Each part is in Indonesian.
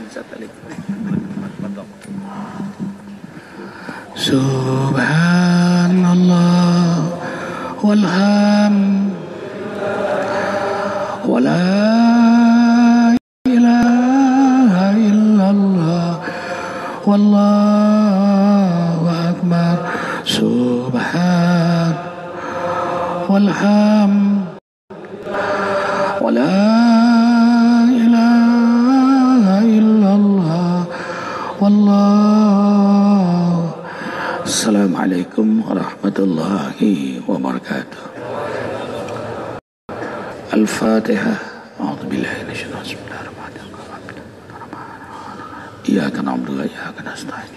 Subhanallah walhamd wala ilaha illallah wallahu akbar. Subhan walhamd wala ilaha illallah wallahu. Assalamualaikum warahmatullahi wabarakatuh. Al-Fatihah. A'udzubillahi minasyaitonir rajim. Iyyaka na'budu wa iyyaka nasta'in.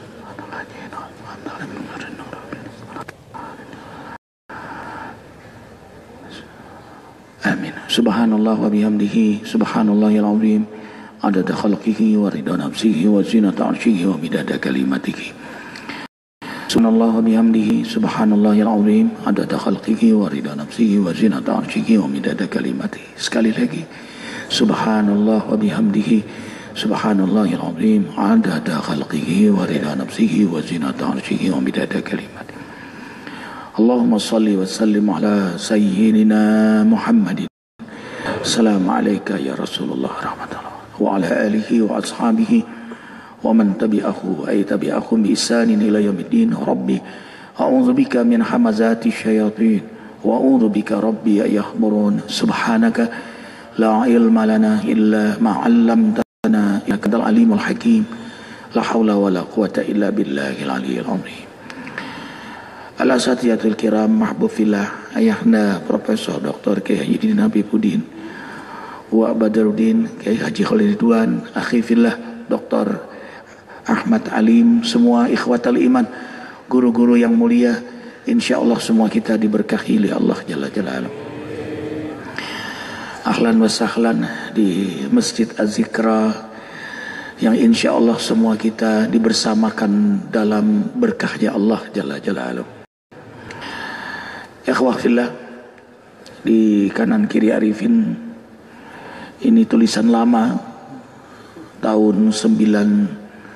Amin. Subhanallah wa bihamdihi subhanallahil azim adada khalqihi wa ridha nafsihi wa zinata 'arsyihi wa midada kalimatihi. Subhanallah wa bihamdihi subhanallahil azim adada khalqihi wa ridha nafsihi wa zinata 'arsyihi wa midada kalimatihi. Sekali lagi. Subhanallah wa bihamdihi subhanallahil azim adada khalqihi wa ridha nafsihi wa zinata 'arsyihi wa midada kalimatihi. Allahumma salli wa sallim ala sayyidina Muhammadin. Assalamu alayka ya Rasulullah rahmatullah wa ala alihi wa ashabihi wa man tabi'ahu ay tabi'ahum bi ihsanin ila yaumiddin. Rabbi a'udzu bika min hamazati syayatin wa a'udzu bika rabbi ay yahdurun. Subhanaka la ilma lana illa ma 'allamtana innaka antal alimul hakim. La haula wala quwata illa billahil aliyyil azim. Al-asatiyatul kiram mahbub fillah ayahna Profesor Dr. Kiai Haji Habibuddin wa Badruddin Kiai Haji Khalid Ridwan, akhi fillah Dr. Ahmad Alim, semua ikhwatal iman, guru-guru yang mulia, insyaallah semua kita diberkahi oleh Allah Jalla Jalaluhu. Ahlan wa sahlan di Masjid Az-Zikra yang insyaallah semua kita dibersamakan dalam berkahnya Allah Jalla Jalaluhu. Ikhwah fillah, di kanan kiri Arifin ini tulisan lama tahun 96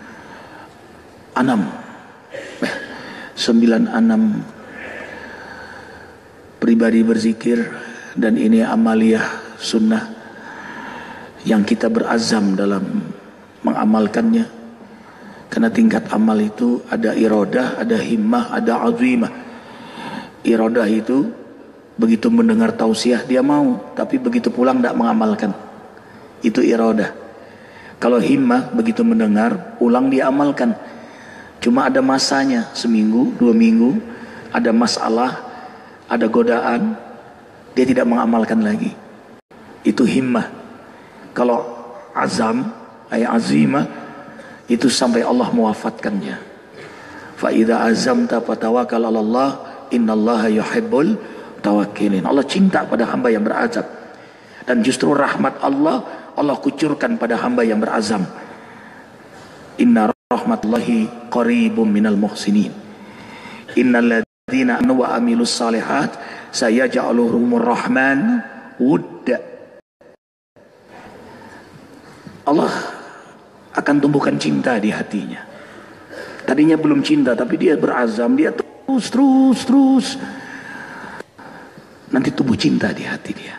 pribadi berzikir, dan ini amaliyah sunnah yang kita berazam dalam mengamalkannya, karena tingkat amal itu ada iradah, ada himmah, ada azimah. Iradah itu begitu mendengar tausiah dia mau, tapi begitu pulang tidak mengamalkan, itu iradah. Kalau himmah begitu mendengar, pulang dia amalkan, cuma ada masanya, seminggu, 2 minggu, ada masalah, ada godaan, dia tidak mengamalkan lagi. Itu himmah. Kalau azam, azimah, itu sampai Allah mewafatkannya. Fa idza azamta fatawakkal 'ala Allah, innallaha yuhibbul tawakkilin. Allah cinta pada hamba yang berazam, dan justru rahmat Allah kucurkan pada hamba yang berazam. Inna rahmatullahi qaribum minal muhsinin. Innal ladzina amanu wa amilus salihat sayaj'aluhumur rahman wudda. Allah akan tumbuhkan cinta di hatinya. Tadinya belum cinta, tapi dia berazam, dia terus nanti tumbuh cinta di hati dia.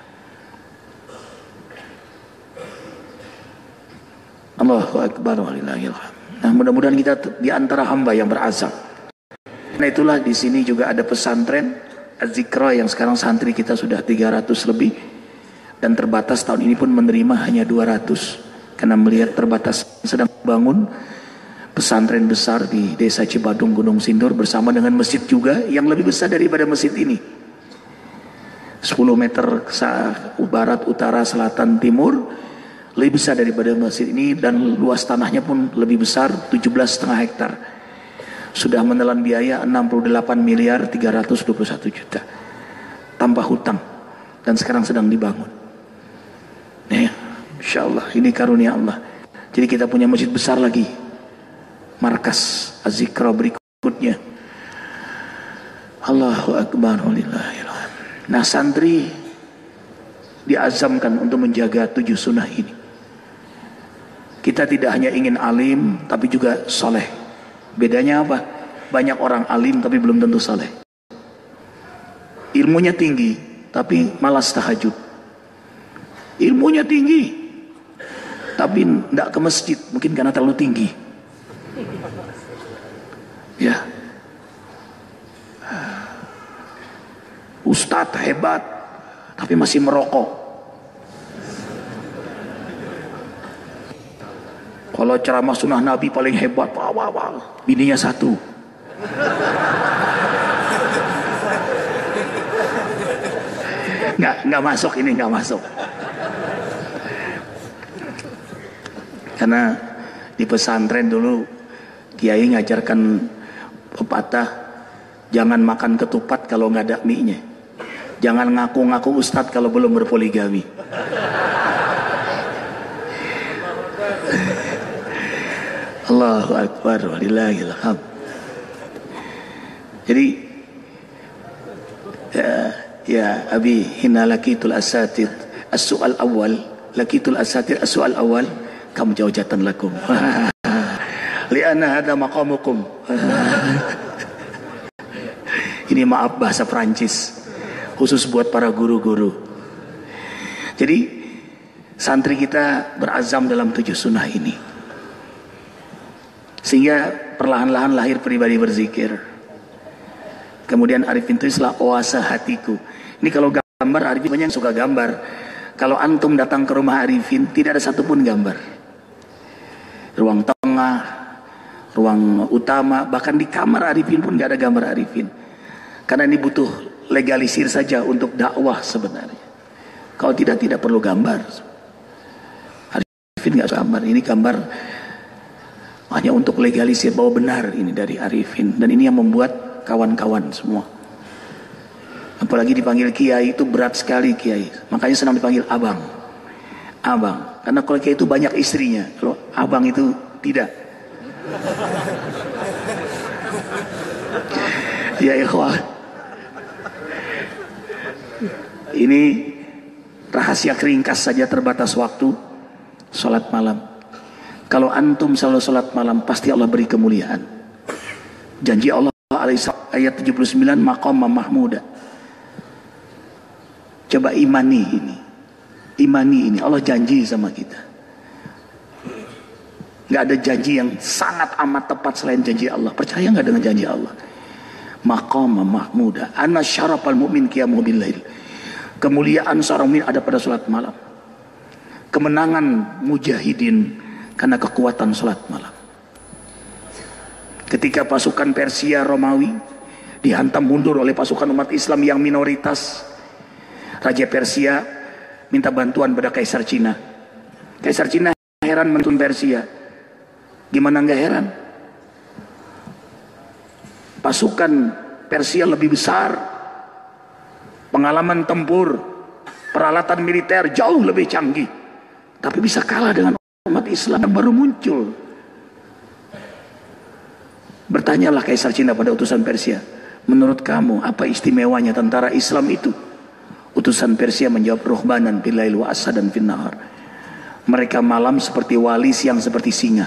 Allahu akbar walillahil hamd. Nah, mudah-mudahan kita di antara hamba yang berazam. Nah, itulah di sini juga ada pesantren Az-Zikra yang sekarang santri kita sudah 300 lebih, dan terbatas tahun ini pun menerima hanya 200 karena melihat terbatas. Sedang bangun pesantren besar di Desa Cibadung Gunung Sindur bersama dengan masjid juga yang lebih besar daripada masjid ini. 10 meter barat, utara, selatan, timur, lebih besar daripada masjid ini, dan luas tanahnya pun lebih besar, 17,5 hektar. Sudah menelan biaya 68 miliar 321 juta tanpa hutang, dan sekarang sedang dibangun. Nih, insyaallah ini karunia Allah. Jadi kita punya masjid besar lagi, markas Az-Zikra berikutnya. Allahu akbar walillahil hamd. Nah, santri diazamkan untuk menjaga 7 sunnah ini. Kita tidak hanya ingin alim, tapi juga soleh. Bedanya apa? Banyak orang alim, tapi belum tentu soleh. Ilmunya tinggi, tapi malas tahajud. Ilmunya tinggi, tapi tidak ke masjid, mungkin karena terlalu tinggi. Ya, Ustadz hebat, tapi masih merokok. Kalau ceramah sunnah Nabi paling hebat, bininya satu. Nggak masuk ini, nggak masuk. Karena di pesantren dulu kiai ngajarkan pepatah, jangan makan ketupat kalau nggak ada mie-nya. Jangan ngaku-ngaku ustadz kalau belum berpoligami. Allahu Akbar, walillahil hamd. Jadi ya abi hina lakitul asatid as-su'al awal, lakitul asatid as-su'al awal, kamu jaujatan lakum. Li'anna hadha maqamukum. Ini maaf bahasa Prancis, khusus buat para guru-guru. Jadi santri kita berazam dalam 7 sunnah ini, sehingga perlahan-lahan lahir pribadi berzikir. Kemudian arifin itu istilah oasa hatiku. Ini kalau gambar, arifin banyak yang suka gambar. Kalau antum datang ke rumah arifin, tidak ada satupun gambar. Ruang tengah, ruang utama, bahkan di kamar arifin pun gak ada gambar arifin. Karena ini butuh legalisir saja untuk dakwah sebenarnya. Kalau tidak perlu gambar. Arifin gak gambar, ini gambar hanya untuk legalisir bahwa benar ini dari arifin. Dan ini yang membuat kawan-kawan semua, apalagi dipanggil kiai itu berat sekali kiai. Makanya senang dipanggil abang. Karena kalau kiai itu banyak istrinya, kalau abang itu tidak. Ya ikhwah, ini rahasia ringkas saja, terbatas waktu. Salat malam, kalau antum selalu salat malam, pasti Allah beri kemuliaan. Janji Allah ayat 79, maqam mahmuda. Coba imani ini, Allah janji sama kita. Gak ada janji yang sangat amat tepat selain janji Allah. Percaya gak dengan janji Allah? Maqam mahmuda, anna syarafal mu'min qiyamuhu bil lail. Kemuliaan seorang mukmin ada pada salat malam. Kemenangan mujahidin karena kekuatan salat malam. Ketika pasukan Persia Romawi dihantam mundur oleh pasukan umat Islam yang minoritas, Raja Persia minta bantuan pada Kaisar Cina. Kaisar Cina heran menonton Persia. Gimana nggak heran? Pasukan Persia lebih besar, pengalaman tempur, peralatan militer jauh lebih canggih, tapi bisa kalah dengan umat Islam yang baru muncul. Bertanyalah Kaisar Cina pada utusan Persia, menurut kamu apa istimewanya tentara Islam itu? Utusan Persia menjawab, ruhbanan bilail wa asadan fin nahar. Mereka malam seperti wali, siang seperti singa.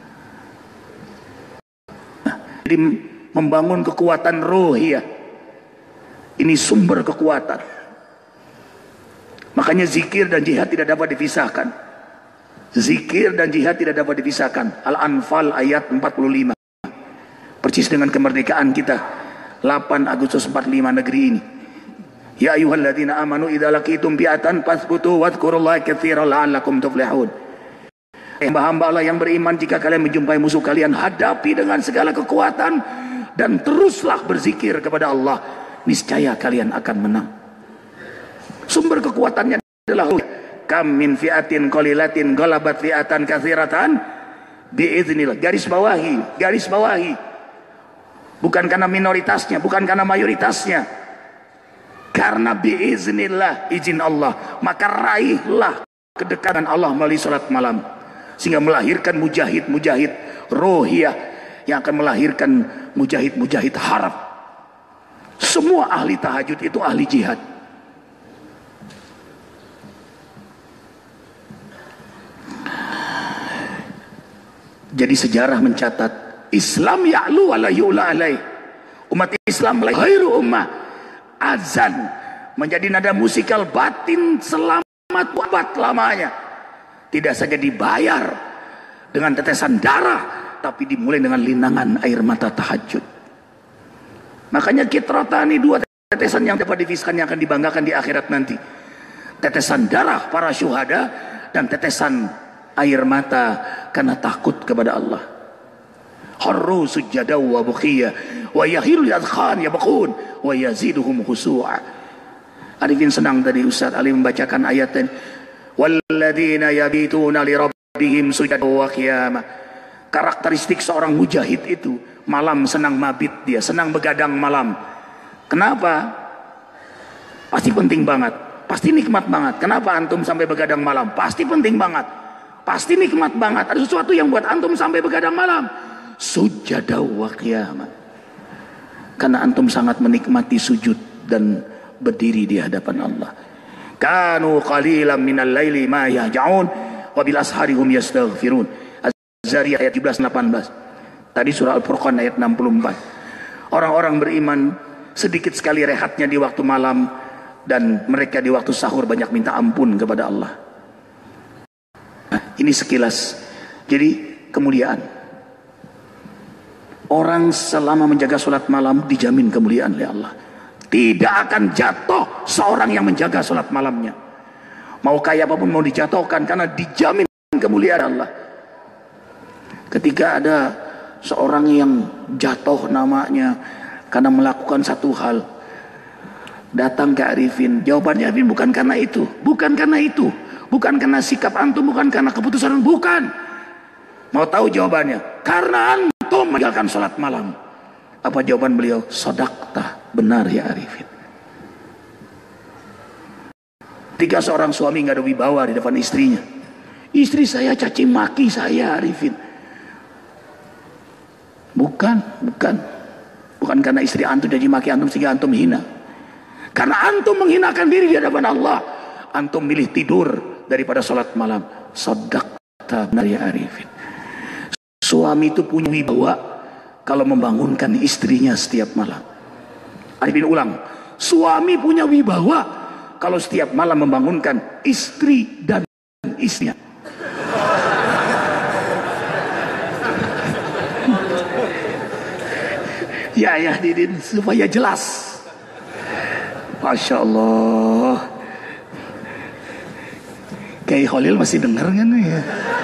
Jadi membangun kekuatan ruhiyah, ini sumber kekuatan. Makanya zikir dan jihad tidak dapat dipisahkan. Zikir dan jihad tidak dapat dipisahkan. Al-Anfal ayat 45. Persis dengan kemerdekaan kita 8 Agustus 45 negeri ini. Ya ayyuhalladzina amanu idza laqitum fi'atan fasbutu wadhkurullaha katsiran la'allakum tuflihun. Hamba-hamba Allah yang beriman, jika kalian menjumpai musuh kalian, hadapi dengan segala kekuatan dan teruslah berzikir kepada Allah, niscaya kalian akan menang. Sumber kekuatannya adalah kam min fi'atin qalilatin ghalabat fi'atan katsiratan biiznillah. Garis bawahi. Bukan karena minoritasnya, bukan karena mayoritasnya, karena biiznillah, izin Allah. Maka raihlah kedekatan Allah melalui salat malam, sehingga melahirkan mujahid-mujahid rohiyah yang akan melahirkan mujahid-mujahid harap. Semua ahli tahajud itu ahli jihad. Jadi sejarah mencatat Islam ya'lu wa la yu'la alaih. Umat Islam khairu ummah. Azan menjadi nada musikal batin selamat abad lamanya. Tidak saja dibayar dengan tetesan darah, tapi dimulai dengan linangan air mata tahajud. Makanya kitrotani, dua tetesan yang dapat diviskan yang akan dibanggakan di akhirat nanti. Tetesan darah para syuhada dan tetesan air mata karena takut kepada Allah. Harru sujadaw wa bukhiyya wa yahilul adkhan yabqun wa yaziduhum khusu'a. Arifin senang tadi Ustaz Ali membacakan ayat ini. Walladzina yabituna li rabbihim sujadaw wa qiyama. Karakteristik seorang mujahid itu malam senang mabit, dia senang begadang malam. Kenapa? Pasti penting banget, pasti nikmat banget. Kenapa antum sampai begadang malam? Pasti penting banget, pasti nikmat banget. Ada sesuatu yang buat antum sampai begadang malam. Sujadaw wa qiyama. Karena antum sangat menikmati sujud dan berdiri di hadapan Allah. Kanu qalilan minal laili ma yahja'un wa bil ashari hum yastaghfirun. Az-Zariyat ayat 17-18. Tadi surah Al-Furqan ayat 64. Orang-orang beriman sedikit sekali rehatnya di waktu malam, dan mereka di waktu sahur banyak minta ampun kepada Allah. Nah, ini sekilas. Jadi kemuliaan. Orang selama menjaga sholat malam dijamin kemuliaan oleh Allah. Tidak akan jatuh seorang yang menjaga sholat malamnya. Mau kaya apapun mau dijatuhkan, karena dijamin kemuliaan Allah. Ketika ada seorang yang jatuh namanya karena melakukan satu hal, datang ke Arifin, jawabannya Arifin bukan karena itu, bukan karena itu, bukan karena sikap antum, bukan karena keputusan, bukan. Mau tahu jawabannya? Karena antum meninggalkan sholat malam. Apa jawaban beliau? Sodakta, benar ya Arifin. Ketika seorang suami nggak ada wibawa di depan istrinya, istri saya caci maki saya Arifin. Bukan karena istri antum jadi maki antum sehingga antum hina. Karena antum menghinakan diri di hadapan Allah. Antum milih tidur daripada sholat malam. Sodakta, benar ya Arifin. Suami itu punya wibawa kalau membangunkan istrinya setiap malam. Arifin ulang. Suami punya wibawa kalau setiap malam membangunkan istri dan istrinya. Ya Didin, supaya jelas. Masya Allah. Kiai Khalil masih dengar kan ya?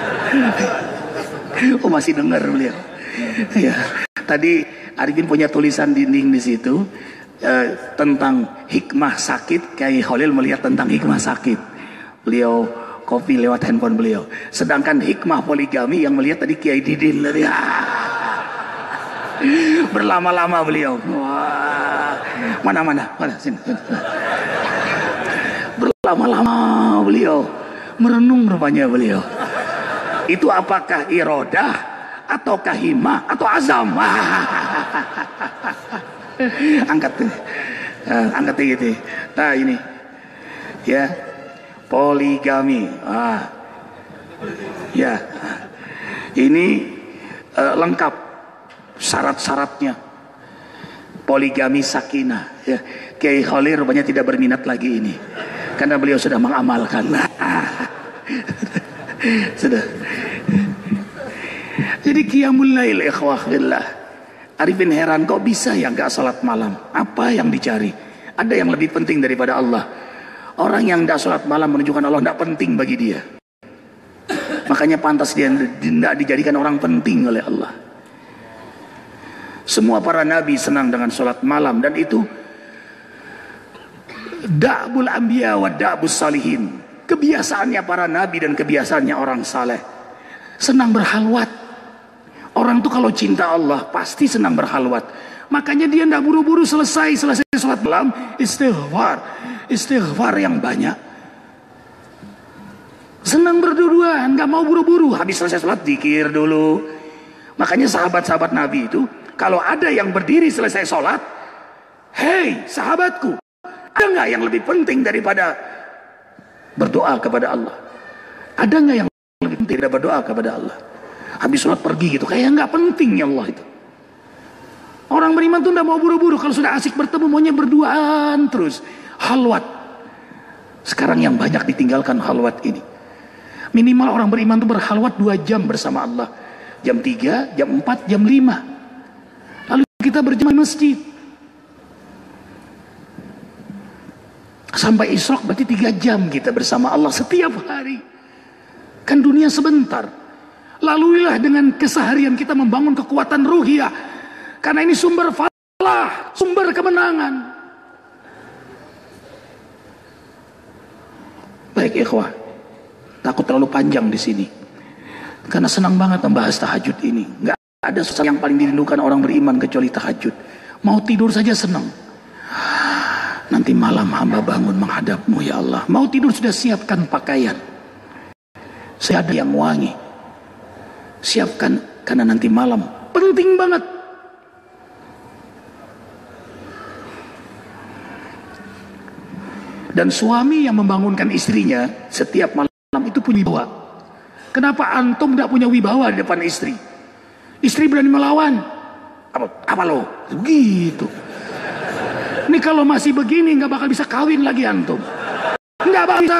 Oh masih dengar beliau. Ya. Tadi Arifin punya tulisan dinding di situ tentang hikmah sakit. Kiai Khalil melihat tentang hikmah sakit. Beliau kopi lewat handphone beliau. Sedangkan hikmah poligami yang melihat tadi Kiai Didin. Berlama-lama beliau. Wah, mana sini. Berlama-lama beliau merenung rupanya beliau. Itu apakah irodah ataukah himah atau azam? Angkat gitu. Nah ini ya, poligami. Ya, ini lengkap syarat-syaratnya. Poligami sakinah ya. Kiai Khalil rupanya tidak berminat lagi ini karena beliau sudah mengamalkan. Sudah. Jadi qiyamul lail ikhwah billah. Arifin heran kok bisa ya gak salat malam. Apa yang dicari? Ada yang lebih penting daripada Allah. Orang yang gak salat malam menunjukkan Allah gak penting bagi dia. Makanya pantas dia tidak dijadikan orang penting oleh Allah. Semua para nabi senang dengan sholat malam, dan itu da'bul anbiya wa da'bus salihin. Kebiasaannya para nabi dan kebiasaannya orang saleh. Senang berhalwat. Orang tuh kalau cinta Allah pasti senang berhalwat. Makanya dia tidak buru-buru selesai sholat malam, istighfar yang banyak. Senang berdua-duaan, nggak mau buru-buru. Habis selesai sholat zikir dulu. Makanya sahabat-sahabat nabi itu, kalau ada yang berdiri selesai sholat, hei sahabatku, ada nggak yang lebih penting daripada berdoa kepada Allah? Ada nggak yang lebih penting daripada berdoa kepada Allah? Habis sholat pergi gitu, kayak nggak penting ya Allah itu. Orang beriman tuh nggak mau buru-buru, kalau sudah asik bertemu maunya berduaan terus. Halwat. Sekarang yang banyak ditinggalkan halwat ini. Minimal orang beriman tuh berhalwat 2 jam bersama Allah. Jam 3, jam 4, jam 5. Lalu kita berjamaah masjid. Sampai isyraq berarti 3 jam kita bersama Allah setiap hari. Kan dunia sebentar. Laluilah dengan keseharian kita membangun kekuatan ruhiyah. Karena ini sumber falah, sumber kemenangan. Baik ikhwah, takut terlalu panjang di sini. Karena senang banget membahas tahajud ini. Nggak ada sesuatu yang paling dirindukan orang beriman kecuali tahajud. Mau tidur saja senang. Nanti malam hamba bangun menghadapmu ya Allah. Mau tidur sudah siapkan pakaian. Saya ada yang wangi. Siapkan karena nanti malam. Penting banget. Dan suami yang membangunkan istrinya setiap malam itu punya wibawa. Kenapa antum tidak punya wibawa di depan istri? Istri berani melawan. Apa lo? Gitu. Ini kalau masih begini nggak bakal bisa kawin lagi antum. Nggak bakal bisa.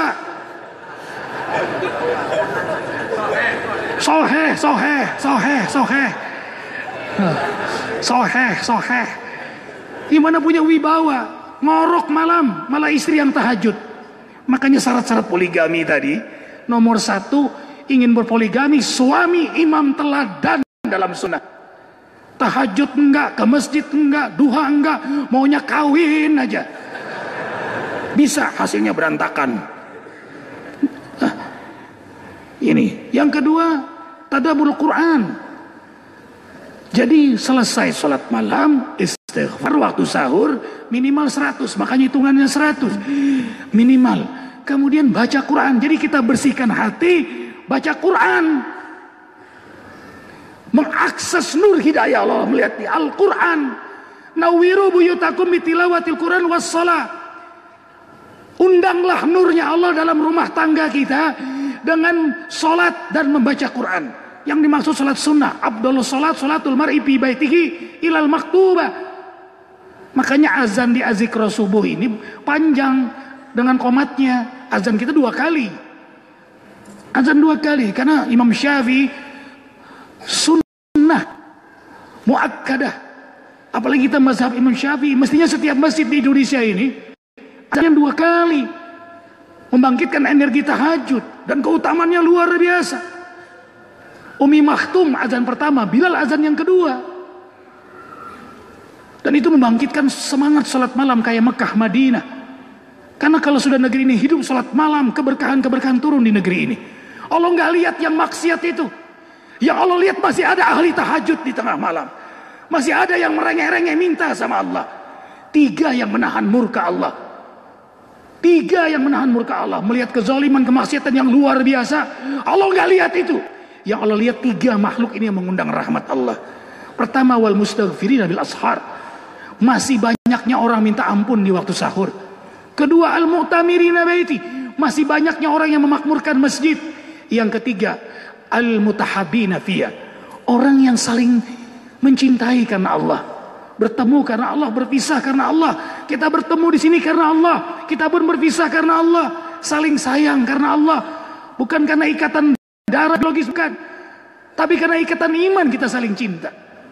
Soheh. Gimana punya wibawa? Ngorok malam, malah istri yang tahajud. Makanya syarat-syarat poligami tadi, nomor 1, ingin berpoligami, suami imam teladan dalam sunnah. Tahajud enggak, ke masjid enggak, duha enggak, maunya kawin aja. Bisa, hasilnya berantakan. Nah, ini. Yang kedua, tadabbur Quran. Jadi selesai sholat malam, istighfar waktu sahur minimal 100, makanya hitungannya 100 minimal. Kemudian baca Quran. Jadi kita bersihkan hati, baca Quran, mengakses nur hidayah Allah melihat di Al-Quran. Nawiru buyutakum bitilawatil Quran wassalah. Undanglah nurnya Allah dalam rumah tangga kita dengan sholat dan membaca Quran. Yang dimaksud sholat sunnah, afdhalus sholat sholatul mar'i fi baitihi ilal maktubah. Makanya azan di azikra subuh ini panjang dengan komatnya. Azan kita 2 kali. Azan 2 kali karena Imam Syafi'i sunnah muakkadah. Apalagi kita mazhab Imam Syafi'i, mestinya setiap masjid di Indonesia ini azan 2 kali. Membangkitkan energi tahajud dan keutamaannya luar biasa. Umi Maktum azan pertama, Bilal azan yang kedua. Dan itu membangkitkan semangat salat malam kayak Mekah, Madinah. Karena kalau sudah negeri ini hidup salat malam, keberkahan-keberkahan turun di negeri ini. Allah nggak lihat yang maksiat itu. Yang Allah lihat masih ada ahli tahajud di tengah malam. Masih ada yang merengek-rengek minta sama Allah. 3 yang menahan murka Allah. 3 yang menahan murka Allah. Melihat kezaliman, kemaksiatan yang luar biasa. Allah nggak lihat itu. Yang Allah lihat 3 makhluk ini yang mengundang rahmat Allah. Pertama, wal mustaghfirina bil ashar. Masih banyaknya orang minta ampun di waktu sahur. Kedua, al mu'tamirina baiti. Masih banyaknya orang yang memakmurkan masjid. Yang ketiga, al mutahabbina fiyya. Orang yang saling mencintai karena Allah. Bertemu karena Allah, berpisah karena Allah. Kita bertemu di sini karena Allah. Kita pun berpisah karena Allah. Saling sayang karena Allah. Bukan karena ikatan darah biologis, bukan. Tapi karena ikatan iman kita saling cinta.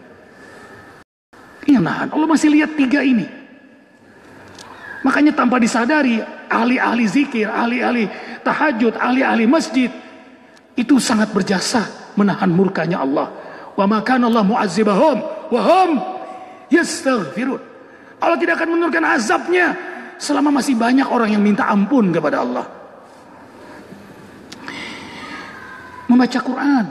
Ini yang nahan. Allah masih lihat 3 ini. Makanya tanpa disadari, ahli-ahli zikir, ahli-ahli tahajud, ahli-ahli masjid, itu sangat berjasa menahan murkanya Allah. Wa ma kana Allah mu'azzibahum wa hum yastaghfirun. Allah tidak akan menurunkan azabnya selama masih banyak orang yang minta ampun kepada Allah. Membaca Quran.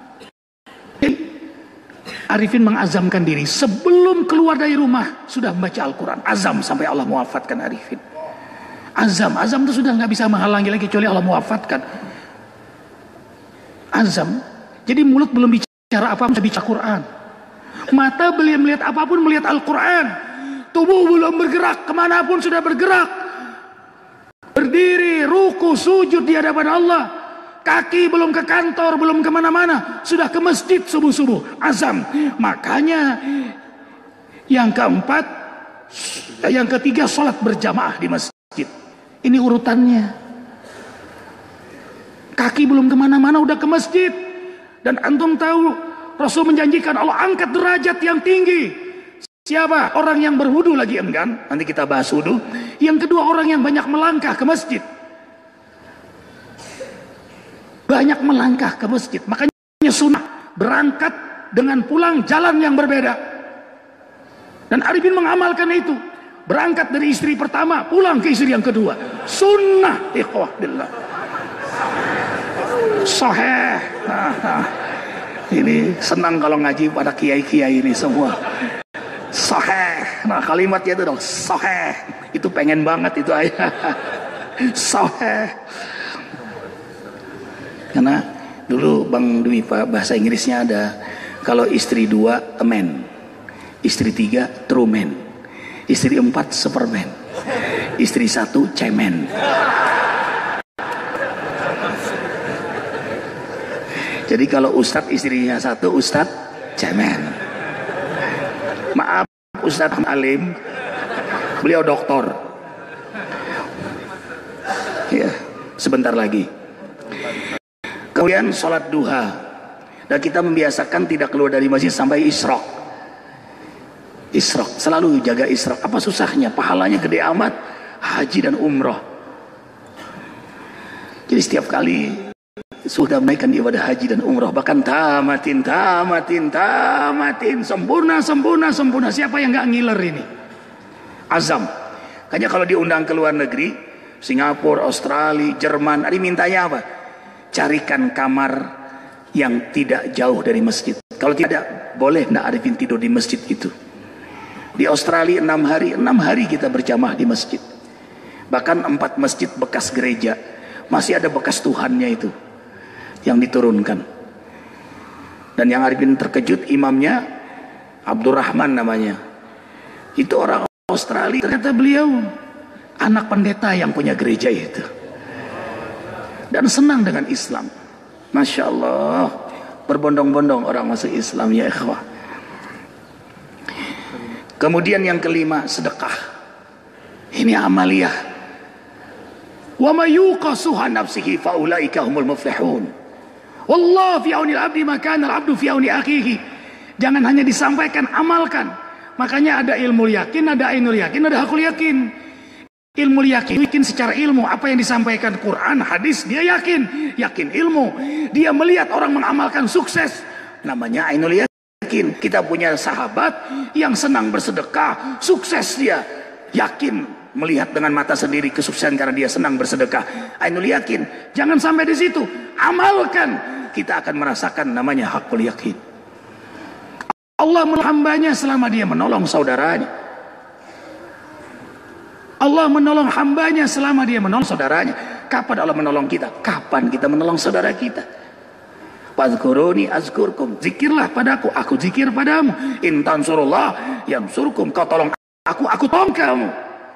Arifin mengazamkan diri sebelum keluar dari rumah sudah membaca Al-Quran. Azam sampai Allah mewafatkan Arifin. Azam itu sudah nggak bisa menghalangi lagi kecuali Allah mewafatkan. Azam. Jadi mulut belum bicara apa-apa, bicara Quran. Mata belum melihat apapun, melihat Al-Quran. Tubuh belum bergerak, kemanapun sudah bergerak. Berdiri, ruku, sujud di hadapan Allah. Kaki belum ke kantor, belum kemana-mana, sudah ke masjid subuh-subuh, azam. Makanya yang keempat, yang ketiga sholat berjamaah di masjid. Ini urutannya. Kaki belum kemana-mana udah ke masjid. Dan antum tahu Rasul menjanjikan Allah angkat derajat yang tinggi. Siapa? Orang yang berwudu lagi enggan. Nanti kita bahas wudu. Yang kedua, orang yang banyak melangkah ke masjid. Banyak melangkah ke masjid. Makanya sunnah berangkat dengan pulang jalan yang berbeda. Dan Arifin mengamalkan itu. Berangkat dari istri pertama, pulang ke istri yang kedua. Sunnah, ikhwah billah. Sahih. Ini senang kalau ngaji pada kiai-kiai ini semua. Sahih. Nah, kalimatnya itu dong, sahih. Itu pengen banget itu ayat. Sahih. Karena dulu Bang Dwi Pak bahasa Inggrisnya ada, kalau istri 2 a man, istri 3 true man, istri 4 superman, istri 1 cemen. Jadi kalau ustadz istrinya 1 ustadz cemen. Maaf Ustadz Alim, beliau doktor. Ya, sebentar lagi. Kemudian sholat duha. Dan kita membiasakan tidak keluar dari masjid sampai isyraq. Isyraq, selalu jaga isyraq. Apa susahnya? Pahalanya gede amat. Haji dan umroh. Jadi setiap kali sudah menaikkan ibadah haji dan umroh, bahkan tamatin, sempurna. Siapa yang nggak ngiler ini? Azam. Kayaknya kalau diundang ke luar negeri, Singapura, Australia, Jerman, ada mintanya apa? Carikan kamar yang tidak jauh dari masjid. Kalau tidak, boleh nak Arifin tidur di masjid itu. Di Australia 6 hari kita berjamaah di masjid. Bahkan 4 masjid bekas gereja, masih ada bekas Tuhannya itu yang diturunkan. Dan yang Arifin terkejut, imamnya Abdurrahman namanya. Itu orang Australia, ternyata beliau anak pendeta yang punya gereja itu. Dan senang dengan Islam. Masya Allah, berbondong-bondong orang masuk Islam, ya ikhwah. Kemudian yang kelima, sedekah. Ini amaliyah. Wa may yuqasuha nafsihi fa ulaika humul muflihun. Wallahu fi auni al-abdi ma kana al-abdu fi auni akhihi. Jangan hanya disampaikan, amalkan. Makanya ada ilmu yakin, ada ainul yakin, ada hakul yakin. Ilmu yakin secara ilmu, apa yang disampaikan Quran, hadis, dia yakin ilmu. Dia melihat orang mengamalkan sukses, namanya ainul yakin. Kita punya sahabat yang senang bersedekah, sukses dia, yakin melihat dengan mata sendiri kesuksesan karena dia senang bersedekah. Ainul yakin. Jangan sampai di situ, amalkan, kita akan merasakan namanya hakul yakin. Allah menolong hambanya selama dia menolong saudaranya. Allah menolong hambanya selama dia menolong saudaranya. Kapan Allah menolong kita? Kapan kita menolong saudara kita? Fadhkuruni azkurkum. Zikirlah padaku, aku zikir padamu. In tansurullah yansurkum. Kau tolong aku tolong kamu.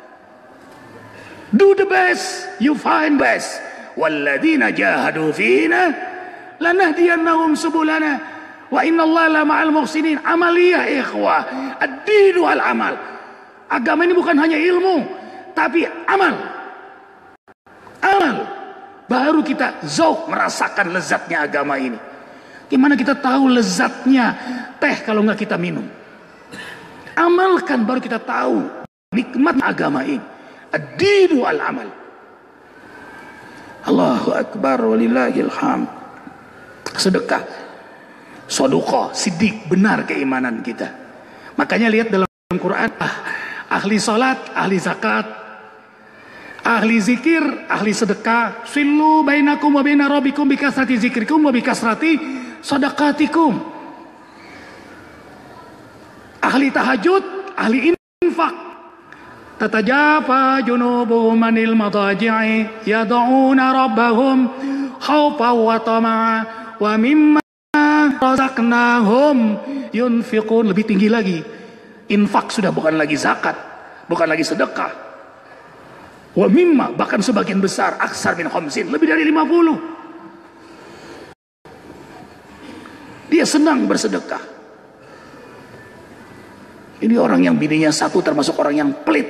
Do the best, you find best. Walladzina jahadu fina lanahdiyannahum subulana wa innallaha la ma'al muhsinin. Amaliyah ikhwah. Ad-dinu al-amal. Agama ini bukan hanya ilmu, tapi amal. Baru kita zauq, merasakan lezatnya agama ini. Gimana kita tahu lezatnya teh kalau nggak kita minum? Amalkan baru kita tahu nikmat agama ini. Ad-dinu al-amal. Allahu akbar walillahil hamd. Sedekah, sedekah, siddiq, benar keimanan kita. Makanya lihat dalam Quran, ahli salat, ahli zakat, ahli zikir, ahli sedekah. Silu bainakum wa baina rabbikum bikasrati zikrikum wa bikasrati sadaqatikum. Ahli tahajud, ahli infak. Tatajafa junubuhum anil madaji'i yad'una rabbahum khawfan wa tama'a wa mimma razaqnahum yunfiqun. Lebih tinggi lagi. Infak sudah bukan lagi zakat, bukan lagi sedekah. Wa mimma, bahkan sebagian besar, aksar min khamsin, lebih dari 50. dia senang bersedekah. Ini orang yang bininya satu termasuk orang yang pelit.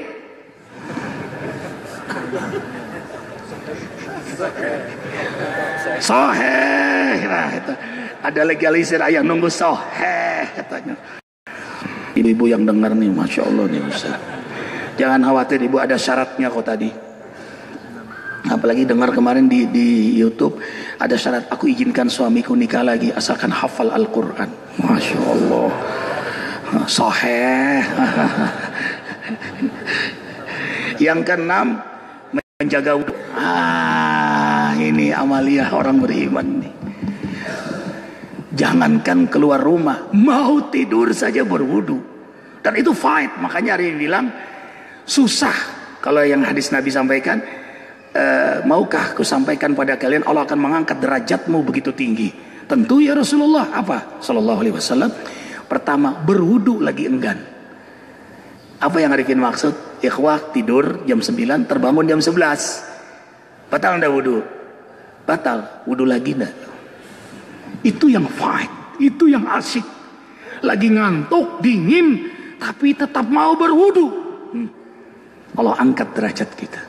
Soheh, nah, itu. Ada legalisir yang nunggu soheh katanya. Ibu-ibu yang dengar nih, Masya Allah nih Ustaz. Jangan khawatir ibu, ada syaratnya kok tadi. Apalagi dengar kemarin di YouTube ada syarat, aku izinkan suamiku nikah lagi asalkan hafal Al-Quran. Masya Allah. Soheh. Yang keenam, menjaga wudu. Ini amalia orang beriman nih. Jangankan keluar rumah, mau tidur saja berwudu. Dan itu fight. Makanya hari ini bilang susah. Kalau yang hadis Nabi sampaikan, maukah aku sampaikan pada kalian Allah akan mengangkat derajatmu begitu tinggi. Tentu ya Rasulullah. Apa? Sallallahu alaihi wasallam. Pertama, berwudu lagi enggan. Apa yang Arifin maksud? Ikhwah tidur jam 9, terbangun jam 11. Batal enggak wudu? Batal. Wudu lagi enggak? Itu yang fight, itu yang asyik. Lagi ngantuk, dingin, tapi tetap mau berwudu. Allah angkat derajat kita.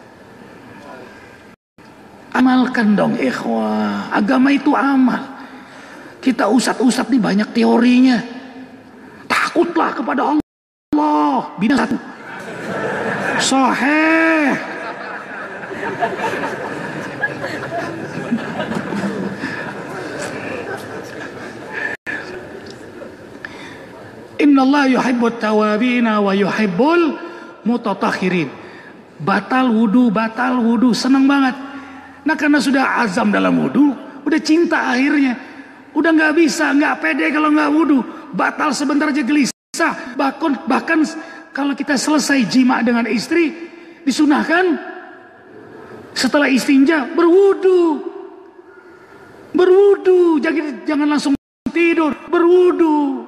Amalkan dong ikhwah. Agama itu amal. Kita usat-usat nih banyak teorinya. Takutlah kepada Allah. Bina satu. Soheh. Innallaha yuhibbut tawabina wa yuhibbul mutatahhirin. Batal wudu, senang banget. Nah karena sudah azam dalam wudu, udah cinta akhirnya. Udah nggak bisa, nggak pede kalau nggak wudu. Batal sebentar aja gelisah. Bahkan kalau kita selesai jima dengan istri, disunahkan setelah istinja berwudu. Jangan langsung tidur, berwudu.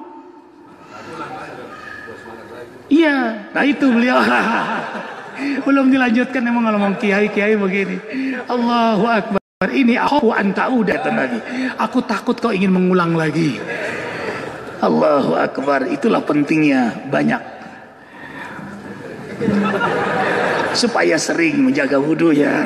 Iya, nah itu beliau. Belum dilanjutkan emang ngomong kiai begini. Allahu Akbar. Ini aku antaudah lagi. Aku takut kau ingin mengulang lagi. Allahu Akbar. Itulah pentingnya banyak. Supaya sering menjaga wudu ya.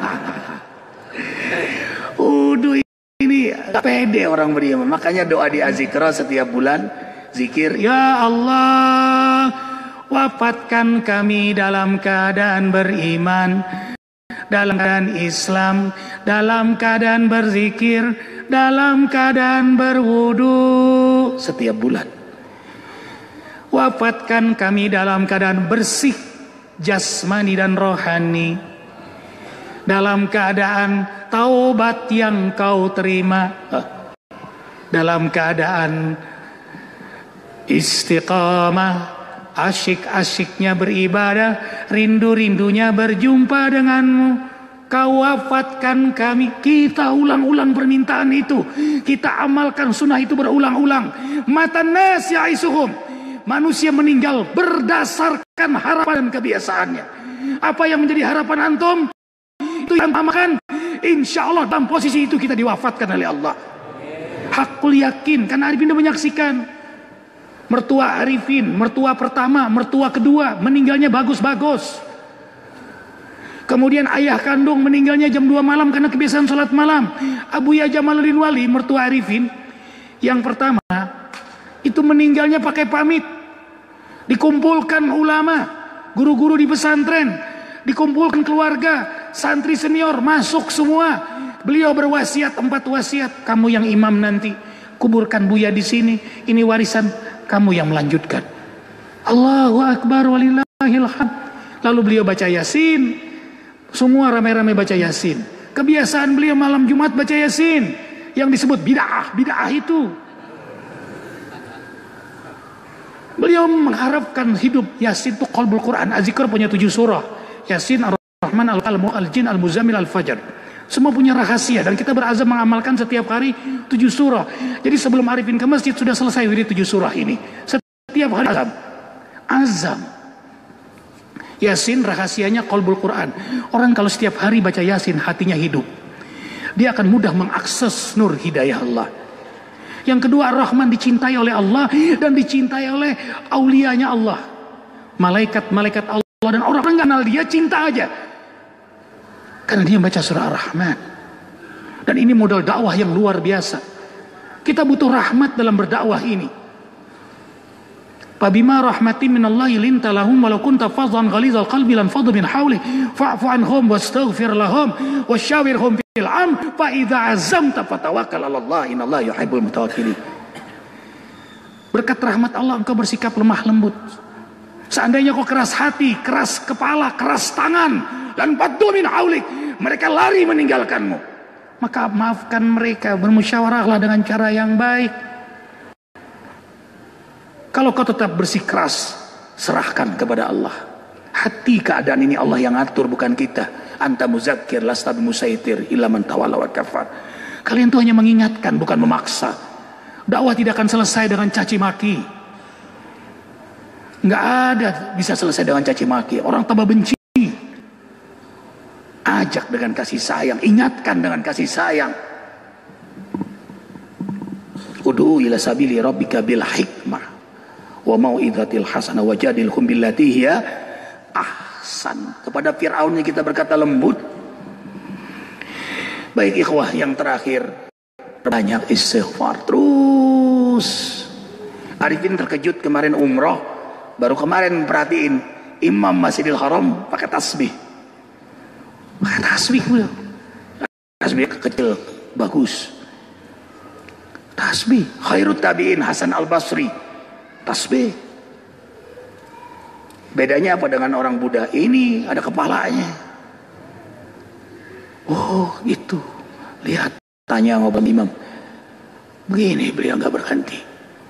Wudu ini gak pede orang beriman. Makanya doa di Azikra setiap bulan zikir, ya Allah, wafatkan kami dalam keadaan beriman, dalam keadaan Islam, dalam keadaan berzikir, dalam keadaan berwudu. Setiap bulan. Wafatkan kami dalam keadaan bersih jasmani dan rohani, dalam keadaan taubat yang kau terima, dalam keadaan istiqamah, asyik-asyiknya beribadah, rindu-rindunya berjumpa denganmu. Kau wafatkan kami. Kita ulang-ulang permintaan itu, kita amalkan sunnah itu berulang-ulang. Matan nas ya'isuhum, manusia meninggal berdasarkan harapan dan kebiasaannya. Apa yang menjadi harapan antum, itu yang amalkan. Insya Allah dalam posisi itu kita diwafatkan oleh Allah. Hakul yakin, karena Arifin sudah menyaksikan. Mertua Arifin, mertua pertama, mertua kedua meninggalnya bagus-bagus. Kemudian ayah kandung meninggalnya jam 2 malam karena kebiasaan sholat malam. Abuya Jamaluddin Wali, mertua Arifin yang pertama, itu meninggalnya pakai pamit. Dikumpulkan ulama, guru-guru di pesantren, dikumpulkan keluarga, santri senior, masuk semua. Beliau berwasiat 4 wasiat. Kamu yang imam nanti, kuburkan Buya di sini. Ini warisan, kamu yang melanjutkan. Allahu Akbar walillahil hamd. Lalu beliau baca Yasin. Semua ramai-ramai baca Yasin. Kebiasaan beliau malam Jumat baca Yasin, yang disebut bid'ah itu. Beliau mengharapkan hidup Yasin itu qalbul Quran. Az-Zikr punya 7 surah. Yasin, Ar-Rahman, Al-Qalm, Al-Jin, Al-Muzammil, Al-Fajr. Semua punya rahasia dan kita berazam mengamalkan setiap hari 7 surah. Jadi sebelum Arifin ke masjid sudah selesai wirid 7 surah ini. Setiap hari azam. Yasin rahasianya qalbul Quran. Orang kalau setiap hari baca Yasin hatinya hidup. Dia akan mudah mengakses nur hidayah Allah. Yang kedua, Ar-Rahman dicintai oleh Allah dan dicintai oleh aulianya Allah. Malaikat-malaikat Allah dan orang yang kenal dia cinta aja. Karena dia baca surah Ar-Rahman. Dan ini modal dakwah yang luar biasa. Kita butuh rahmat dalam berdakwah ini. Fabima rahmatin minallahi linta lahum walau kunta fadhan ghalizal qalbi lan fadhu min hawli fa'fu anhum wastaghfir lahum wasyawirhum fil amr fa idza azamta fatawakkal 'ala Allah innallaha yuhibbul mutawakkilin. Berkat rahmat Allah engkau bersikap lemah lembut. Seandainya kau keras hati, keras kepala, keras tangan, lan fadhu min hawlik, mereka lari meninggalkanmu. Maka maafkan mereka, bermusyawarahlah dengan cara yang baik. Kalau kau tetap bersikeras, serahkan kepada Allah. Hati keadaan ini Allah yang atur, bukan kita. Anta muzakkir lasta bimusaitir illa man tawalla wa kafar. Kalian tuh hanya mengingatkan, bukan memaksa. Dakwah tidak akan selesai dengan caci maki. Nggak ada bisa selesai dengan caci maki. Orang tambah benci. Ajak dengan kasih sayang, ingatkan dengan kasih sayang. Ud'u ila sabili rabbika bil hikmah wa mau'izatil hasanah wajadilhum billati hiya ahsan. Kepada Fir'aun kita berkata lembut. Baik ikhwah, yang terakhir, banyak istighfar terus. Arifin terkejut kemarin umroh, baru kemarin perhatiin Imam Masjidil Haram pakai tasbih. Pakai tasbih beliau. Tasbih kecil bagus. Tasbih. Khairut tabi'in Hasan Al-Basri tasbih. Bedanya apa dengan orang Buddha? Ini ada kepalanya. Oh itu. Lihat, tanya ngobrol imam. Begini beliau nggak berhenti.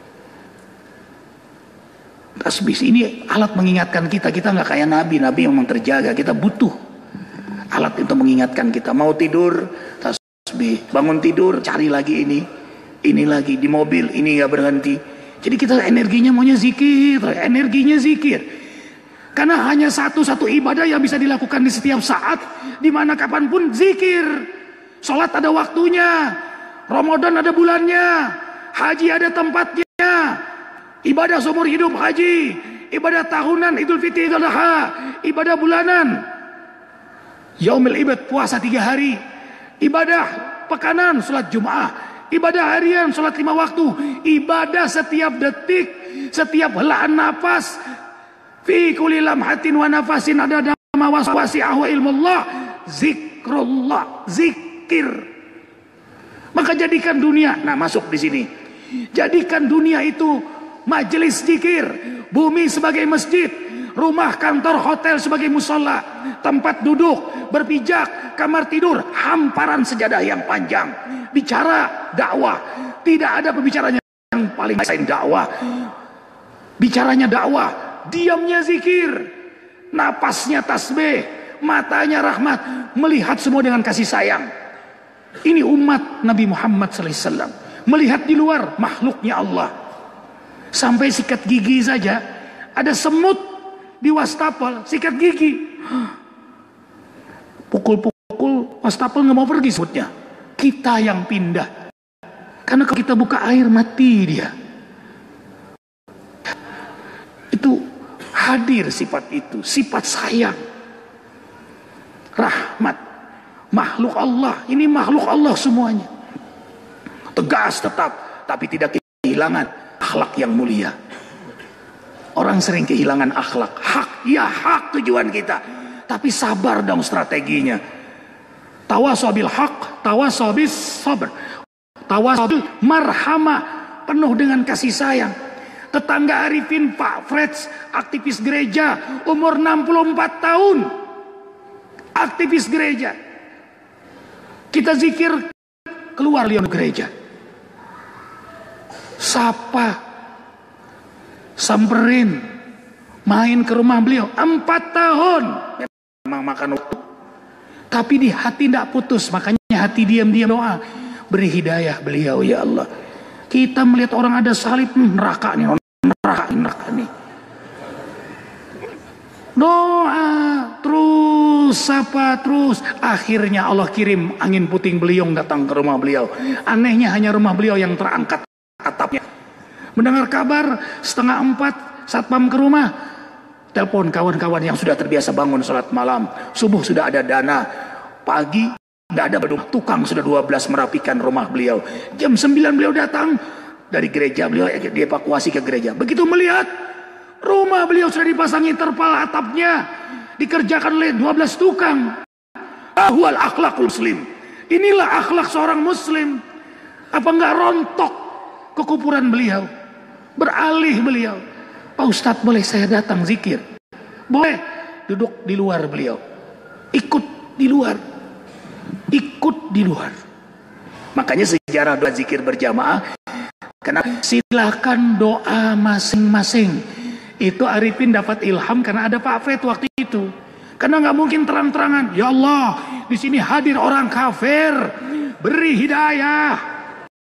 Tasbih ini alat mengingatkan kita. Kita nggak kayak Nabi. Nabi memang terjaga. Kita butuh alat untuk mengingatkan kita. Mau tidur tasbih, bangun tidur cari lagi ini lagi di mobil ini nggak berhenti. Jadi kita energinya maunya zikir, energinya zikir. Karena hanya satu-satu ibadah yang bisa dilakukan di setiap saat, di mana kapanpun zikir. Sholat ada waktunya, Ramadan ada bulannya, haji ada tempatnya, ibadah seumur hidup haji, ibadah tahunan Idul Fitri, Idul Adha, ibadah bulanan, Yaumil Ibad puasa 3 hari, ibadah pekanan sholat Jum'ah, ibadah harian, sholat 5 waktu, ibadah setiap detik, setiap helaan nafas. Fi kulli lamhatin wa nafasin ada dama wasi'ah wa ilmullah, zikrullah, zikir. Maka jadikan dunia, nah masuk di sini. Jadikan dunia itu majelis zikir, bumi sebagai masjid, rumah, kantor, hotel sebagai musola, tempat duduk, berpijak, kamar tidur, hamparan sejadah yang panjang. Bicara dakwah, tidak ada pembicaranya yang paling selain dakwah. Bicaranya dakwah, diamnya zikir, napasnya tasbih, matanya rahmat, melihat semua dengan kasih sayang. Ini umat Nabi Muhammad SAW. Melihat di luar makhluknya Allah. Sampai sikat gigi saja, ada semut di wastafel, sikat gigi. Pukul-pukul, wastafel nggak mau pergi semutnya. Kita yang pindah. Karena kalau kita buka air mati dia. Itu hadir sifat itu, sifat sayang, rahmat, makhluk Allah. Ini makhluk Allah semuanya. Tegas tetap, tapi tidak kehilangan akhlak yang mulia. Orang sering kehilangan akhlak. Hak, ya hak tujuan kita. Tapi sabar dong strateginya. Tawasabil haq, tawasabis sabr, tawasabil marhamah, penuh dengan kasih sayang. Tetangga Arifin, Pak Freds, aktivis gereja, umur 64 tahun, aktivis gereja. Kita zikir, keluar liang gereja, sapa, samperin, main ke rumah beliau. 4 tahun memang makan waktu, tapi di hati tidak putus. Makanya hati diam-diam doa, beri hidayah beliau ya Allah. Kita melihat orang ada salib, neraka nih, neraka nih. Doa terus, sapa terus. Akhirnya Allah kirim angin puting beliung datang ke rumah beliau. Anehnya hanya rumah beliau yang terangkat Mendengar kabar 3:30 satpam ke rumah, telepon kawan-kawan yang sudah terbiasa bangun sholat malam. Subuh sudah ada dana, pagi tidak ada tukang sudah 12 merapikan rumah beliau. Jam 9 beliau datang dari gereja, beliau dievakuasi ke gereja. Begitu melihat rumah beliau sudah dipasangi terpal atapnya, dikerjakan oleh 12 tukang. Ahwal akhlakul muslim. Inilah akhlak seorang muslim. Apa enggak rontok kekufuran beliau? Beralih beliau, Pak Ustadz boleh saya datang zikir? Boleh. Duduk di luar beliau, ikut di luar, ikut di luar. Makanya sejarah doa zikir berjamaah, karena silakan doa masing-masing. Itu Arifin dapat ilham karena ada Pak Fred waktu itu. Karena nggak mungkin terang-terangan, ya Allah, di sini hadir orang kafir, beri hidayah.